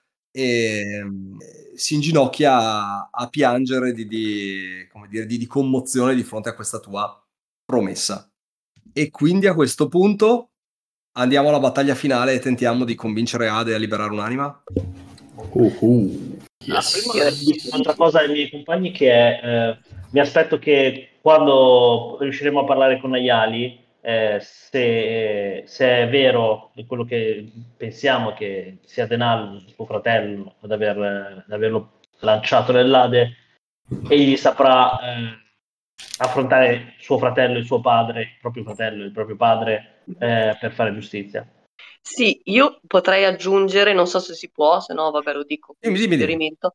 e eh, si inginocchia a, a piangere di, di, come dire, di, di commozione di fronte a questa tua promessa. E quindi a questo punto andiamo alla battaglia finale e tentiamo di convincere Ade a liberare un'anima. Uh, uh, yes. Ah, prima dico un'altra cosa ai miei compagni che è eh, mi aspetto che quando riusciremo a parlare con Ayali eh, se, se è vero quello che pensiamo che sia Denal suo fratello ad, aver, ad averlo lanciato nell'Ade, egli saprà eh, affrontare suo fratello, il suo padre, il proprio fratello, il proprio padre eh, per fare giustizia. Sì, io potrei aggiungere, non so se si può, se no vabbè lo dico come Dimmi, dimmi, dimmi. suggerimento,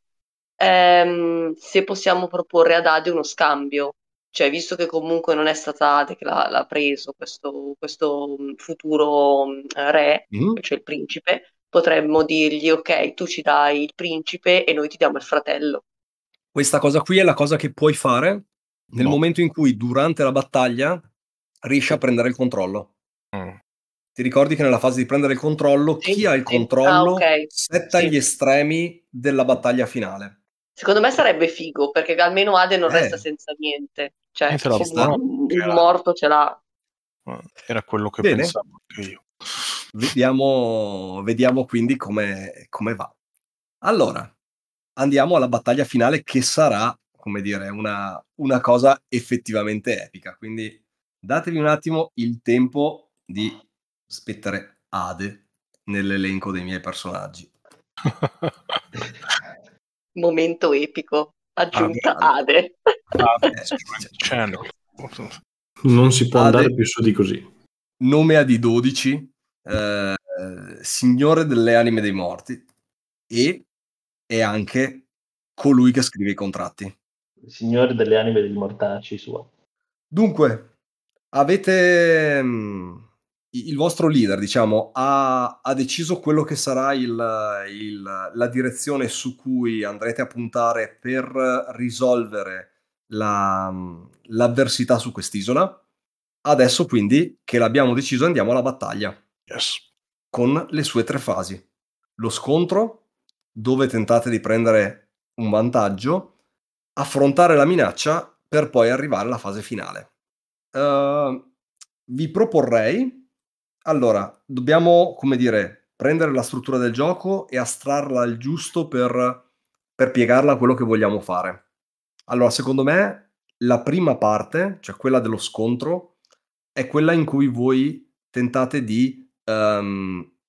ehm, se possiamo proporre ad Ade uno scambio, cioè visto che comunque non è stata Ade che l'ha, l'ha preso questo, questo mm, futuro mm, re, Mhm. cioè il principe, potremmo dirgli ok, tu ci dai il principe e noi ti diamo il fratello. Questa cosa qui è la cosa che puoi fare nel No. momento in cui durante la battaglia riesci a prendere il controllo. Mm. Ti ricordi che nella fase di prendere il controllo, Sì, chi ha il sì. controllo Ah, ok. setta Sì. gli estremi della battaglia finale. Secondo me sarebbe figo, perché almeno Ade non Eh. resta senza niente. Cioè, Niente da comunque buono, un, che un era- morto ce l'ha. Era quello che Bene. pensavo anche io. Vediamo, vediamo quindi come, come va. Allora, andiamo alla battaglia finale che sarà, come dire, una, una cosa effettivamente epica. Quindi datevi un attimo il tempo di aspettare Ade nell'elenco dei miei personaggi. Momento epico. Aggiunta Ade. Ade. Eh, cioè, Channel. Non si può Ade- andare più su di così. nome a D dodici, eh, signore delle anime dei morti, e è anche colui che scrive i contratti. Il signore delle anime degli mortacci sua. Dunque, avete mh, il vostro leader, diciamo, ha, ha deciso quello che sarà il, il, la direzione su cui andrete a puntare per risolvere la, l'avversità su quest'isola. Adesso quindi che l'abbiamo deciso andiamo alla battaglia. Yes. Con le sue tre fasi. Lo scontro, dove tentate di prendere un vantaggio, affrontare la minaccia per poi arrivare alla fase finale. Uh, vi proporrei, allora, dobbiamo, come dire, prendere la struttura del gioco e astrarla al giusto per, per piegarla a quello che vogliamo fare. Allora, secondo me, la prima parte, cioè quella dello scontro, è quella in cui voi tentate di um,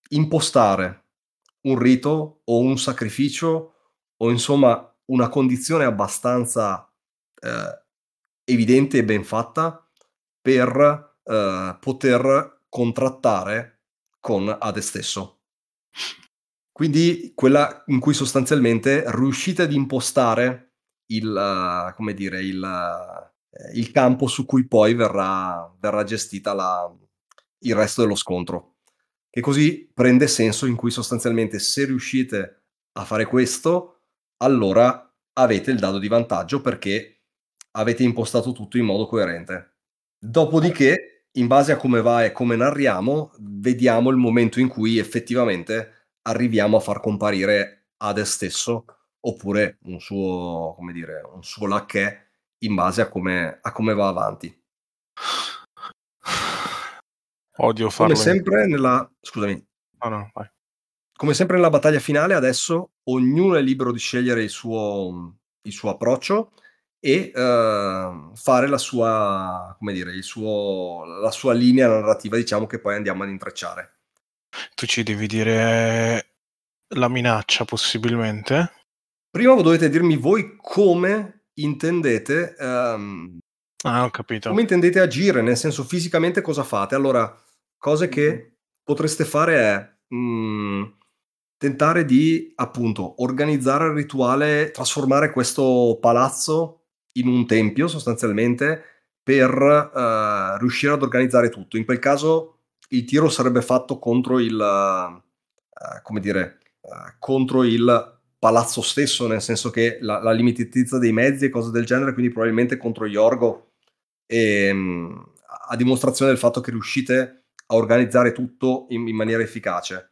impostare un rito o un sacrificio o insomma una condizione abbastanza eh, evidente e ben fatta per eh, poter contrattare con Ade stesso. Quindi quella in cui sostanzialmente riuscite ad impostare il, uh, come dire, il, uh, il campo su cui poi verrà, verrà gestita la, il resto dello scontro. Che così prende senso, in cui sostanzialmente se riuscite a fare questo, allora avete il dado di vantaggio perché avete impostato tutto in modo coerente. Dopodiché, in base a come va e come narriamo, vediamo il momento in cui effettivamente arriviamo a far comparire Ade stesso oppure un suo, come dire, un suo lacchè in base a come, a come va avanti. Odio farlo. Come sempre nella... Scusami. Oh no, vai. Come sempre nella battaglia finale, adesso ognuno è libero di scegliere il suo, il suo approccio e uh, fare la sua, come dire, il suo, la sua linea narrativa, diciamo, che poi andiamo ad intrecciare. Tu ci devi dire la minaccia, possibilmente. Prima dovete dirmi voi come intendete um, ah, ho capito. come intendete agire, nel senso fisicamente cosa fate. Allora, cose che potreste fare è mh, tentare di, appunto, organizzare il rituale, trasformare questo palazzo in un tempio, sostanzialmente, per uh, riuscire ad organizzare tutto. In quel caso il tiro sarebbe fatto contro il, uh, come dire, uh, contro il palazzo stesso, nel senso che la, la limitatezza dei mezzi e cose del genere, quindi probabilmente contro Yorgo, e, mh, a dimostrazione del fatto che riuscite a organizzare tutto in, in maniera efficace.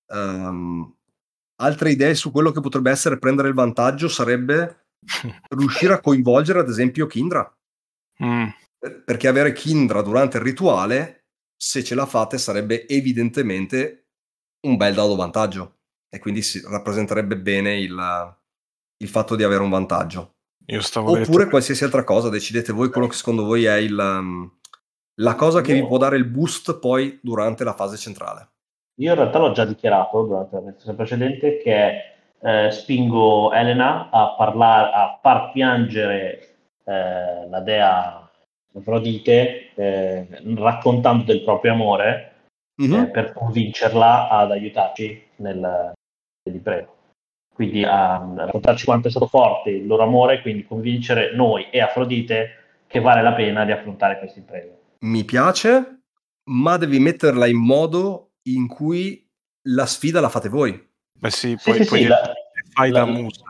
Um, altre idee su quello che potrebbe essere prendere il vantaggio sarebbe riuscire a coinvolgere ad esempio Kindra. Mm. Perché avere Kindra durante il rituale, se ce la fate, sarebbe evidentemente un bel dado vantaggio e quindi si rappresenterebbe bene il, il fatto di avere un vantaggio. Io stavo Oppure lettendo... qualsiasi altra cosa, decidete voi quello che secondo voi è il, um, la cosa che vi può dare il boost poi durante la fase centrale. Io in realtà l'ho già dichiarato durante la sessione precedente che eh, spingo Elena a parlare, a far piangere eh, la dea Afrodite eh, raccontando del proprio amore Mm-hmm. eh, per convincerla ad aiutarci nel libretto. Quindi a raccontarci quanto è stato forte il loro amore, quindi convincere noi e Afrodite che vale la pena di affrontare questa impresa. Mi piace, ma devi metterla in modo in cui la sfida la fate voi. Beh sì, sì, poi, sì, poi sì, la, fai la, da musa.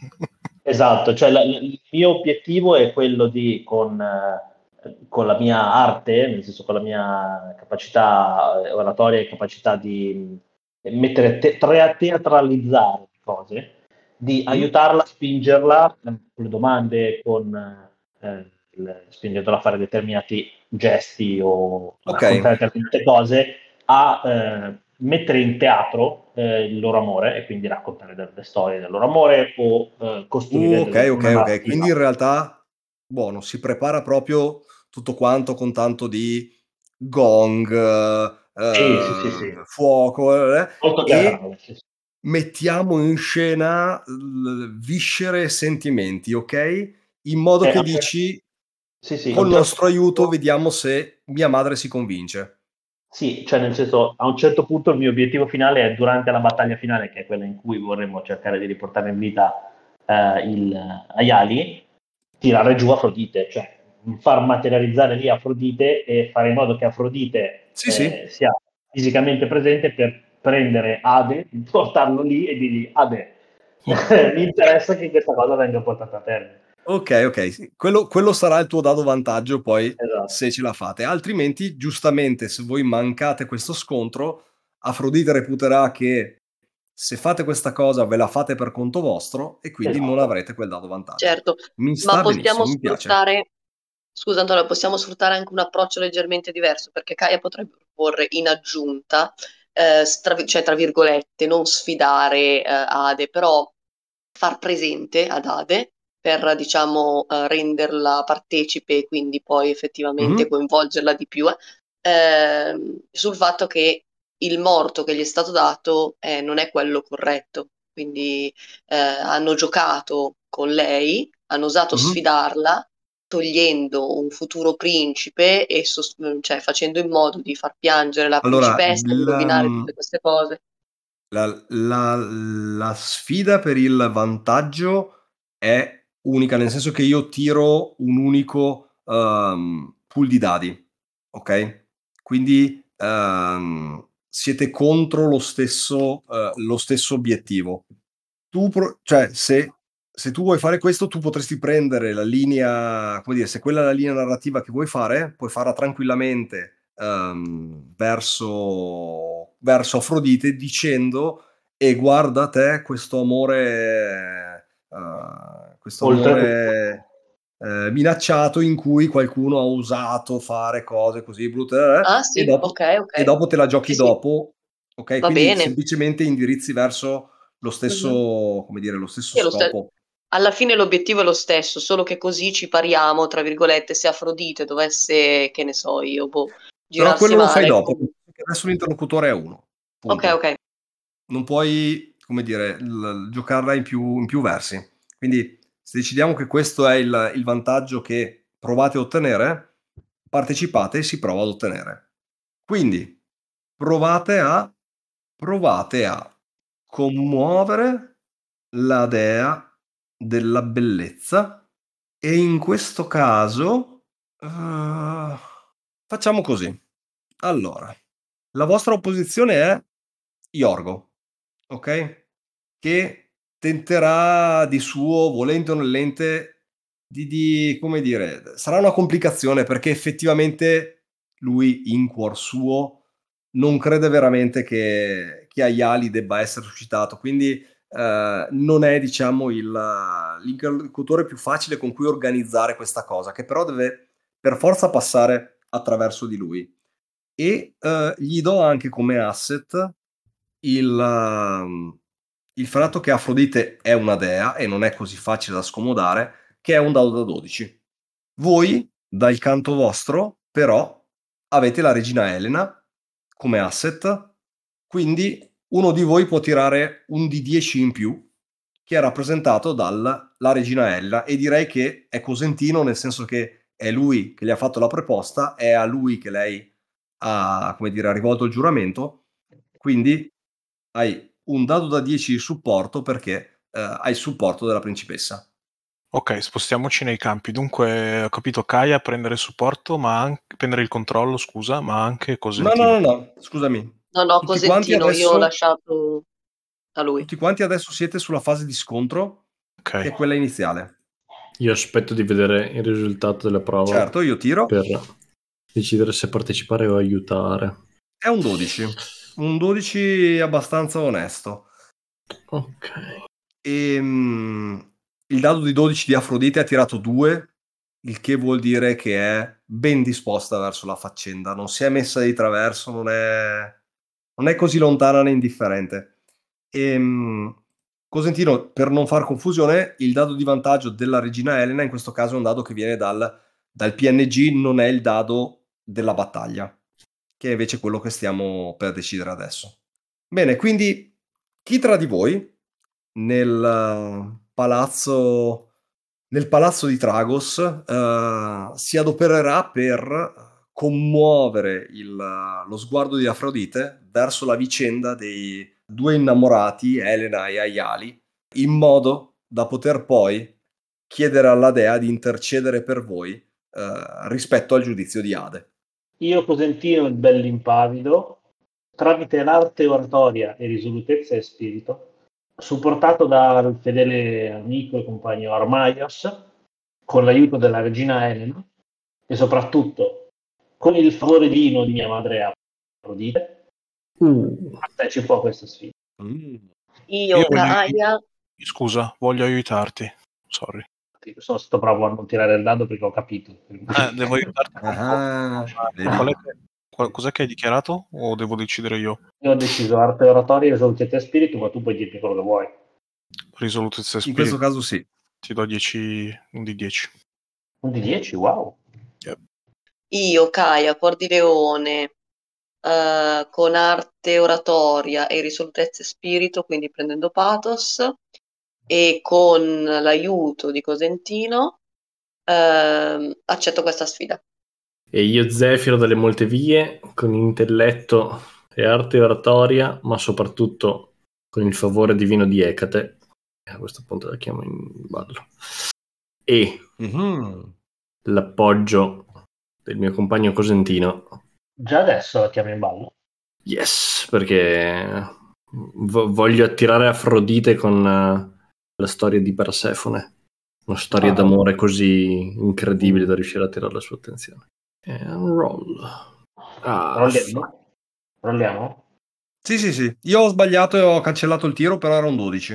Esatto, cioè la, il mio obiettivo è quello di, con, eh, con la mia arte, nel senso con la mia capacità eh, oratoria e capacità di mettere te- tre- teatralizzare cose, di Mm. aiutarla a spingerla eh, con le domande, con eh, il, spingerla a fare determinati gesti o a Ok. raccontare determinate cose, a eh, mettere in teatro eh, il loro amore e quindi raccontare delle storie del loro amore o eh, costruire Uh, delle, ok, ok, una ok. narrativa. Quindi in realtà, buono, si prepara proprio tutto quanto con tanto di gong, eh, Sì, sì, sì, sì. fuoco, eh, Molto e teatrale, sì, sì. mettiamo in scena l- viscere e sentimenti, ok? In modo Eh, che a un certo- dici, sì, sì, a col un certo nostro aiuto, punto- vediamo se mia madre si convince. Sì, cioè nel senso, a un certo punto il mio obiettivo finale è durante la battaglia finale, che è quella in cui vorremmo cercare di riportare in vita eh, il Ayali, tirare giù Afrodite, cioè far materializzare lì Afrodite e fare in modo che Afrodite Sì, eh, sì. sia fisicamente presente per prendere Ade, portarlo lì e dirgli Ade, mi interessa che questa cosa venga portata a termine. Ok, ok, sì. Quello, quello sarà il tuo dado vantaggio poi, Esatto. se ce la fate. Altrimenti, giustamente, se voi mancate questo scontro, Afrodite reputerà che se fate questa cosa ve la fate per conto vostro e quindi Esatto. non avrete quel dado vantaggio. Certo, Mi ma sta possiamo benissimo, mi piace. sfruttare, scusa Antonio, possiamo sfruttare anche un approccio leggermente diverso, perché Kaya potrebbe proporre in aggiunta, eh, tra, cioè tra virgolette, non sfidare eh, Ade, però far presente ad Ade per, diciamo, eh, renderla partecipe e quindi poi effettivamente Mhm. coinvolgerla di più, eh, sul fatto che il morto che gli è stato dato eh, non è quello corretto, quindi eh, hanno giocato con lei, hanno osato Mhm. sfidarla, togliendo un futuro principe e sos- cioè, facendo in modo di far piangere la Allora, principessa, di la, rovinare tutte queste cose. la- la- la sfida per il vantaggio è unica, nel senso che io tiro un unico ehm, pool di dadi, ok? Quindi ehm, siete contro lo stesso, eh, lo stesso obiettivo. Tu, pro- cioè, se, se tu vuoi fare questo, tu potresti prendere la linea, come dire, se quella è la linea narrativa che vuoi fare, puoi farla tranquillamente ehm, verso, verso Afrodite dicendo e guarda te questo amore, eh, questo Oltre, amore eh, minacciato in cui qualcuno ha usato fare cose così brutte eh, Ah e sì, dopo, ok, e ok. dopo te la giochi Sì, sì, dopo, ok? va Quindi bene. semplicemente indirizzi verso lo Mhm. stesso, come dire, lo stesso Sì, è lo ste- scopo. Alla fine l'obiettivo è lo stesso, solo che così ci pariamo, tra virgolette, se Afrodite dovesse, che ne so io, boh, Però girarsi quello lo fai male dopo, con... perché adesso l'interlocutore è uno, Ok, punto. ok. Non puoi, come dire, l- giocarla in più, in più versi. Quindi se decidiamo che questo è il, il vantaggio che provate a ottenere, partecipate e si prova ad ottenere. Quindi provate a, provate a commuovere la dea della bellezza e in questo caso eh, facciamo così. Allora, la vostra opposizione è Iorgo, ok? Che tenterà di suo, volente o nolente, di, di, come dire, sarà una complicazione perché effettivamente lui in cuor suo non crede veramente che, che Ayali debba essere suscitato, quindi eh, non è, diciamo, il, l'interlocutore più facile con cui organizzare questa cosa, che però deve per forza passare attraverso di lui. E eh, gli do anche come asset il, um, il fatto che Afrodite è una dea e non è così facile da scomodare, che è un dado da dodici. Voi, dal canto vostro, però, avete la regina Elena come asset, quindi uno di voi può tirare un D dieci in più, che è rappresentato dalla regina Elena, e direi che è cosentino, nel senso che è lui che gli ha fatto la proposta, è a lui che lei ha, come dire, ha rivolto il giuramento, quindi hai un dado da dieci di supporto perché eh, hai il supporto della principessa. Ok, spostiamoci nei campi. Dunque, ho capito Kaya prendere supporto, ma anche prendere il controllo, scusa, ma anche No, Cosentino. no, no, no, scusami. No, no, Tutti quanti Cosentino, io ho adesso, lasciato a lui. tutti quanti adesso siete sulla fase di scontro, Ok. che è quella iniziale. Io aspetto di vedere il risultato della prova Certo, io tiro. per decidere se partecipare o aiutare. È un dodici. Un dodici abbastanza onesto. Ok. E, mm, il dado di dodici di Afrodite ha tirato due, il che vuol dire che è ben disposta verso la faccenda. Non si è messa di traverso, non è, non è così lontana né indifferente. E, mm, Cosentino, per non far confusione, il dado di vantaggio della regina Elena in questo caso è un dado che viene dal, dal P N G, non è il dado della battaglia, che è invece quello che stiamo per decidere adesso. Bene, quindi chi tra di voi nel eh, palazzo, nel palazzo di Tragos eh, si adopererà per commuovere il, lo sguardo di Afrodite verso la vicenda dei due innamorati, Elena e Ayali, in modo da poter poi chiedere alla dea di intercedere per voi eh, rispetto al giudizio di Ade. io Cosentino il bell'impavido, tramite l'arte oratoria e risolutezza e spirito, supportato dal fedele amico e compagno Armaios, con l'aiuto della regina Elena e soprattutto con il favore divino di mia madre Afrodite, Uh. partecipo a questa sfida. Mm. Io, Io voglio... Kaya, Scusa, voglio aiutarti. Sorry. Sono stato bravo a non tirare il dado perché ho capito. Eh, devo aiutarti con Ah, vedi? Qual è che... qual- Cos'è che hai dichiarato? O devo decidere io? Io ho deciso arte oratoria, risolutezza e spirito, ma tu puoi dirmi quello che vuoi. Risolutezza e In questo spirito. caso sì. Ti do dieci, un di dieci. Un di dieci, wow. Yep. io, Kaya, Cuor di Leone, eh, con arte oratoria e risolutezza spirito, quindi prendendo pathos, e con l'aiuto di Cosentino, ehm, accetto questa sfida. E io Zefiro delle molte vie, con intelletto e arte oratoria, ma soprattutto con il favore divino di Ecate, e a questo punto la chiamo in ballo, e Mm-hmm. l'appoggio del mio compagno Cosentino. Già adesso la chiamo in ballo? Yes, perché vo- voglio attirare Afrodite con uh, la storia di Persefone, una storia Ah. d'amore così incredibile da riuscire a attirare la sua attenzione. E un roll. Ah, Rolliamo? Rolliamo? Sì, sì, sì. Io ho sbagliato e ho cancellato il tiro, però era un dodici.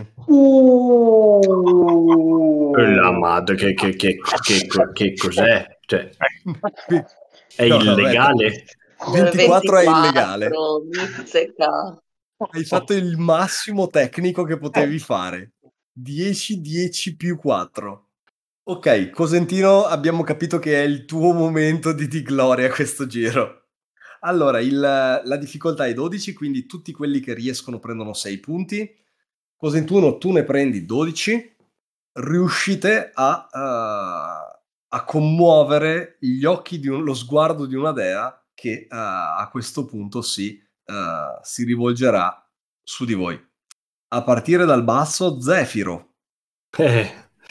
Uh. la madre, che, che, che, che, che cos'è? Cioè, è No, no, illegale? ventiquattro è illegale. Mizzica. Hai fatto il massimo tecnico che potevi fare. dieci, dieci più quattro. Ok, Cosentino, abbiamo capito che è il tuo momento di, di gloria questo giro. Allora, il, la difficoltà è dodici, quindi tutti quelli che riescono prendono sei punti. Cosentino, tu ne prendi dodici. Riuscite a, uh, a commuovere gli occhi, di un, lo sguardo di una dea che uh, a questo punto si, uh, si rivolgerà su di voi. A partire dal basso, Zefiro. Eh,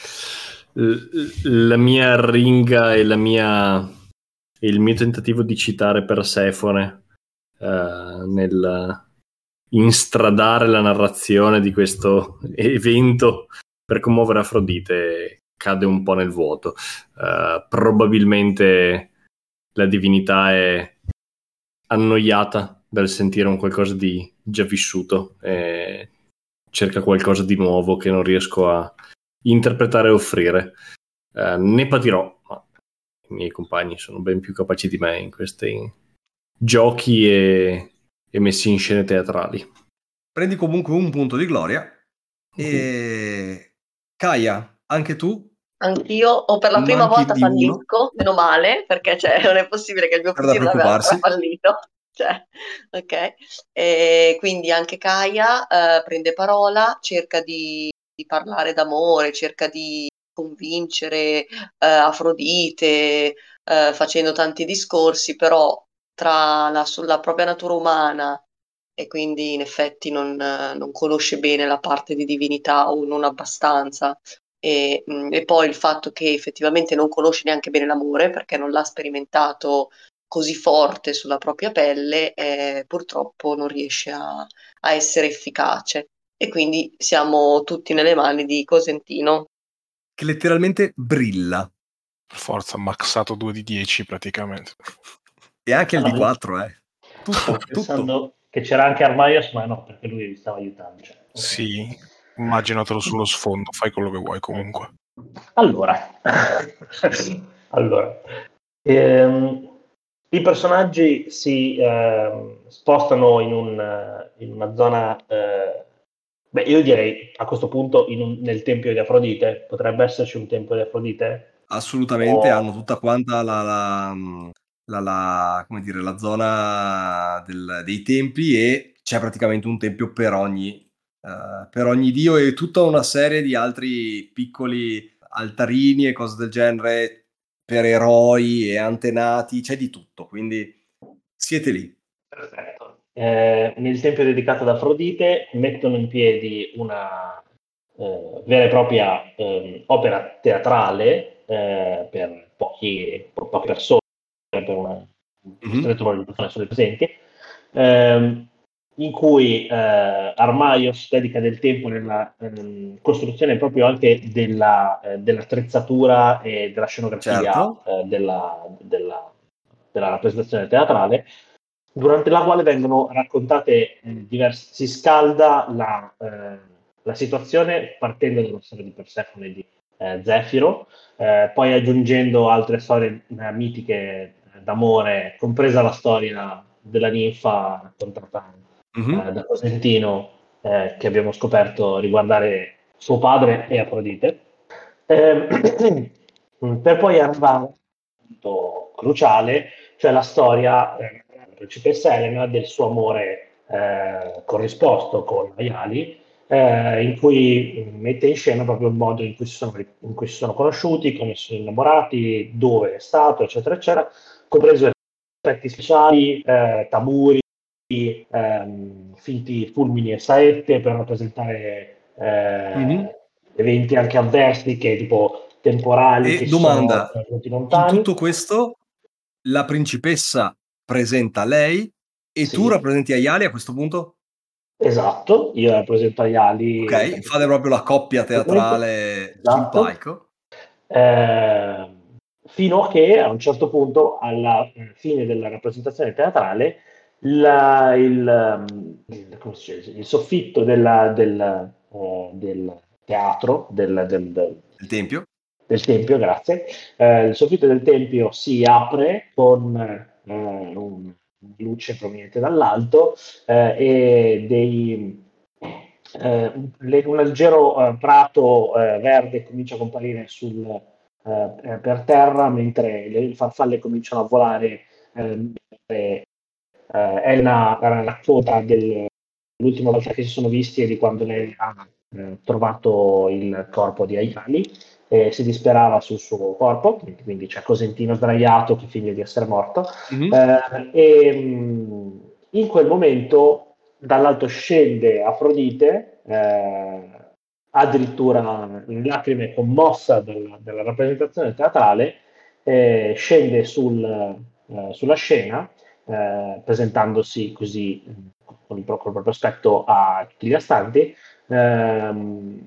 la mia ringa e la mia il mio tentativo di citare Persefone eh, nel instradare la narrazione di questo evento per commuovere Afrodite cade un po' nel vuoto. Uh, probabilmente la divinità è annoiata dal sentire un qualcosa di già vissuto e cerca qualcosa di nuovo che non riesco a interpretare e offrire. Uh, ne patirò, ma i miei compagni sono ben più capaci di me in questi giochi e, e messi in scene teatrali. Prendi comunque un punto di gloria. E Kaia, anche tu? Anch'io, o per la prima Manchi volta di uno. fallisco, meno male, perché cioè, non è possibile che il mio Per da puntino abbia ancora preoccuparsi. fallito. Cioè, ok. E quindi anche Kaia eh, prende parola, cerca di, di parlare d'amore, cerca di convincere eh, Afrodite, eh, facendo tanti discorsi, però tra la, sulla propria natura umana e quindi in effetti non, non conosce bene la parte di divinità o non abbastanza. E, mh, e poi il fatto che effettivamente non conosce neanche bene l'amore perché non l'ha sperimentato così forte sulla propria pelle, eh, purtroppo non riesce a, a essere efficace. E quindi siamo tutti nelle mani di Cosentino. Che letteralmente brilla. Per forza, maxato due di dieci praticamente. E anche il Stavo di quattro, eh. Tutto, Stavo tutto. pensando che c'era anche Armaios, ma no, perché lui vi stava aiutando. Cioè, okay. Sì, immaginatelo sullo sfondo, fai quello che vuoi comunque. Allora, allora ehm, i personaggi si ehm, spostano in, un, in una zona, eh, beh, io direi a questo punto in un, nel tempio di Afrodite. Potrebbe esserci un tempio di Afrodite? Assolutamente, O- hanno tutta quanta la, la, la, la- come dire, la zona del- dei templi e c'è praticamente un tempio per ogni, eh, per ogni dio e tutta una serie di altri piccoli altarini e cose del genere per eroi e antenati, c'è di tutto, quindi siete lì. Perfetto. Eh, nel tempio dedicato ad Afrodite mettono in piedi una eh, vera e propria eh, opera teatrale eh, per pochi, per poche persone, per una, un Mhm. stretto numero di persone sono presenti, ehm, in cui eh, Armaios dedica del tempo nella ehm, costruzione proprio anche della, eh, dell'attrezzatura e della scenografia Certo. eh, della, della, della rappresentazione teatrale, durante la quale vengono raccontate eh, diverse, si scalda la, eh, la situazione partendo dalla storia di Persefone e di eh, Zefiro, eh, poi aggiungendo altre storie eh, mitiche d'amore, compresa la storia della ninfa raccontata Mhm. eh, da Cosentino, eh, che abbiamo scoperto riguardare suo padre e Afrodite, eh, per poi arrivare al punto cruciale, cioè la storia, eh, principessa Elena del suo amore eh, corrisposto con Ayali, eh, in cui mette in scena proprio il modo in cui, si sono, in cui si sono conosciuti, come si sono innamorati, dove è stato, eccetera, eccetera, compreso effetti speciali, eh, tamburi, ehm, finti fulmini e saette per rappresentare eh, mm-hmm. eventi anche avversi, che tipo temporali, e che domanda, sono venuti lontani. In tutto questo la principessa presenta lei e sì. tu rappresenti Ayali a questo punto? Esatto, io rappresento Ayali. Ok, fate proprio la coppia teatrale esatto. sul palco. Eh, fino a che a un certo punto, alla fine della rappresentazione teatrale, la, il, il, come si dice, il soffitto della, del, eh, del teatro, del, del, del, il tempio, del tempio, grazie, eh, il soffitto del tempio si apre con eh, un luce proveniente dall'alto eh, e dei eh, un, un leggero eh, prato eh, verde comincia a comparire sul, eh, per terra, mentre le farfalle cominciano a volare. Eh, eh, Elena racconta dell'ultima volta che si sono visti e di quando lei ha eh, trovato il corpo di Ayali e si disperava sul suo corpo, quindi c'è Cosentino sdraiato che finge di essere morto. Mm-hmm. eh, e mh, in quel momento dall'alto scende Afrodite, eh, addirittura in lacrime, commossa della, della rappresentazione teatrale, eh, scende sul, eh, sulla scena, eh, presentandosi così con il, con il proprio aspetto a tutti gli astanti. Ehm,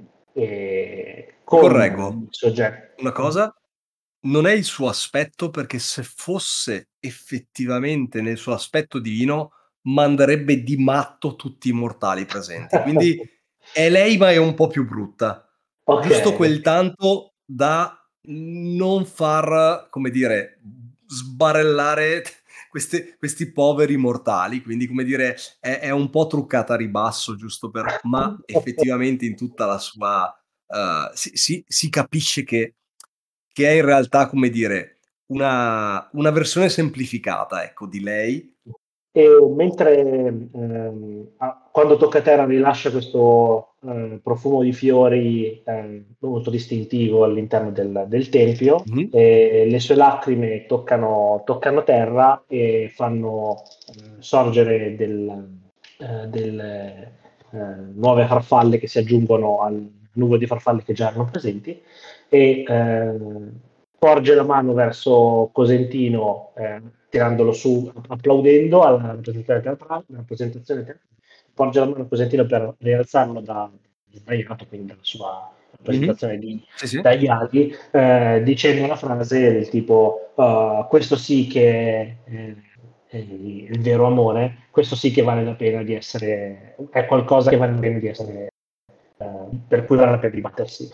e con correggo il soggetto. Una cosa, non è il suo aspetto, perché se fosse effettivamente nel suo aspetto divino manderebbe di matto tutti i mortali presenti, quindi è lei ma è un po' più brutta, okay. Giusto quel tanto da non far, come dire, sbarellare questi, questi poveri mortali, quindi come dire è, è un po' truccata a ribasso, giusto per, ma effettivamente in tutta la sua uh, si, si, si capisce che, che è in realtà, come dire, una, una versione semplificata, ecco, di lei. E mentre ehm, quando tocca terra rilascia questo eh, profumo di fiori eh, molto distintivo all'interno del, del tempio, mm-hmm. e le sue lacrime toccano, toccano terra e fanno eh, sorgere del, eh, delle eh, nuove farfalle che si aggiungono al numero di farfalle che già erano presenti, e eh, porge la mano verso Cosentino, eh, tirandolo su, applaudendo alla rappresentazione teatrale, rappresentazione teatrale, porge la mano a Cosentino per rialzarlo da sbagliato, quindi dalla sua rappresentazione mm-hmm. di sì, sì. Ayali, eh, dicendo una frase del tipo uh, questo sì che è, è il vero amore, questo sì che vale la pena di essere, è qualcosa che vale la pena di essere, uh, per cui vale la pena di battersi.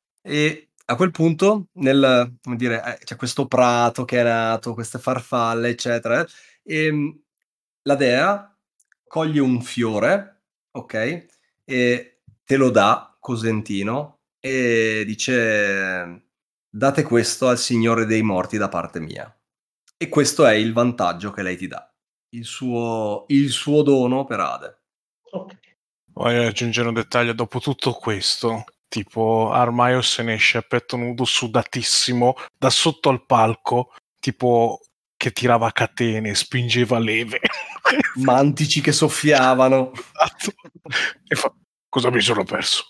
E a quel punto, nel, come dire, eh, c'è questo prato che è nato, queste farfalle, eccetera, e la dea coglie un fiore, ok, e te lo dà Cosentino e dice: date questo al Signore dei Morti da parte mia. E questo è il vantaggio che lei ti dà, il suo, il suo dono per Ade. Ok. Voglio aggiungere un dettaglio: dopo tutto questo, tipo Armaio se ne esce a petto nudo, sudatissimo, da sotto al palco, tipo che tirava catene, spingeva leve. Mantici che soffiavano. E fa: cosa mi sono perso?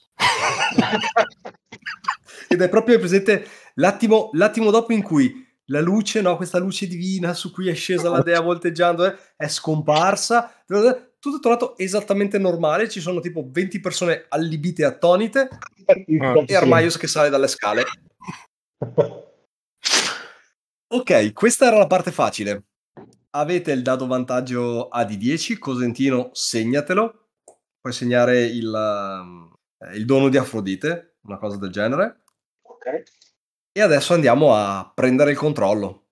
Ed è proprio presente l'attimo, l'attimo dopo in cui la luce, no, questa luce divina su cui è scesa la dea volteggiando, eh, è scomparsa, tutto è tornato esattamente normale, ci sono tipo venti persone allibite e attonite, ah. e Armaios che sale dalle scale. Ok, questa era la parte facile. Avete il dado vantaggio A D dieci, Cosentino segnatelo, puoi segnare il, uh, il dono di Afrodite, una cosa del genere. Ok. E adesso andiamo a prendere il controllo.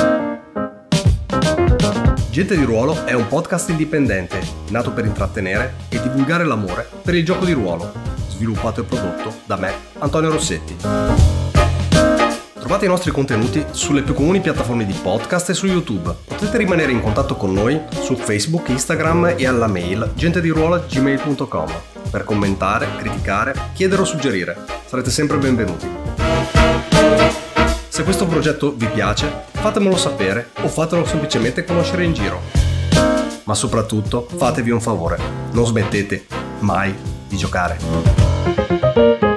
Gente di Ruolo è un podcast indipendente, nato per intrattenere e divulgare l'amore per il gioco di ruolo, sviluppato e prodotto da me, Antonio Rossetti. Trovate i nostri contenuti sulle più comuni piattaforme di podcast e su YouTube. Potete rimanere in contatto con noi su Facebook, Instagram e alla mail gentediruolo chiocciola gmail punto com per commentare, criticare, chiedere o suggerire. Sarete sempre benvenuti. Se questo progetto vi piace, fatemelo sapere o fatelo semplicemente conoscere in giro. Ma soprattutto fatevi un favore, non smettete mai di giocare.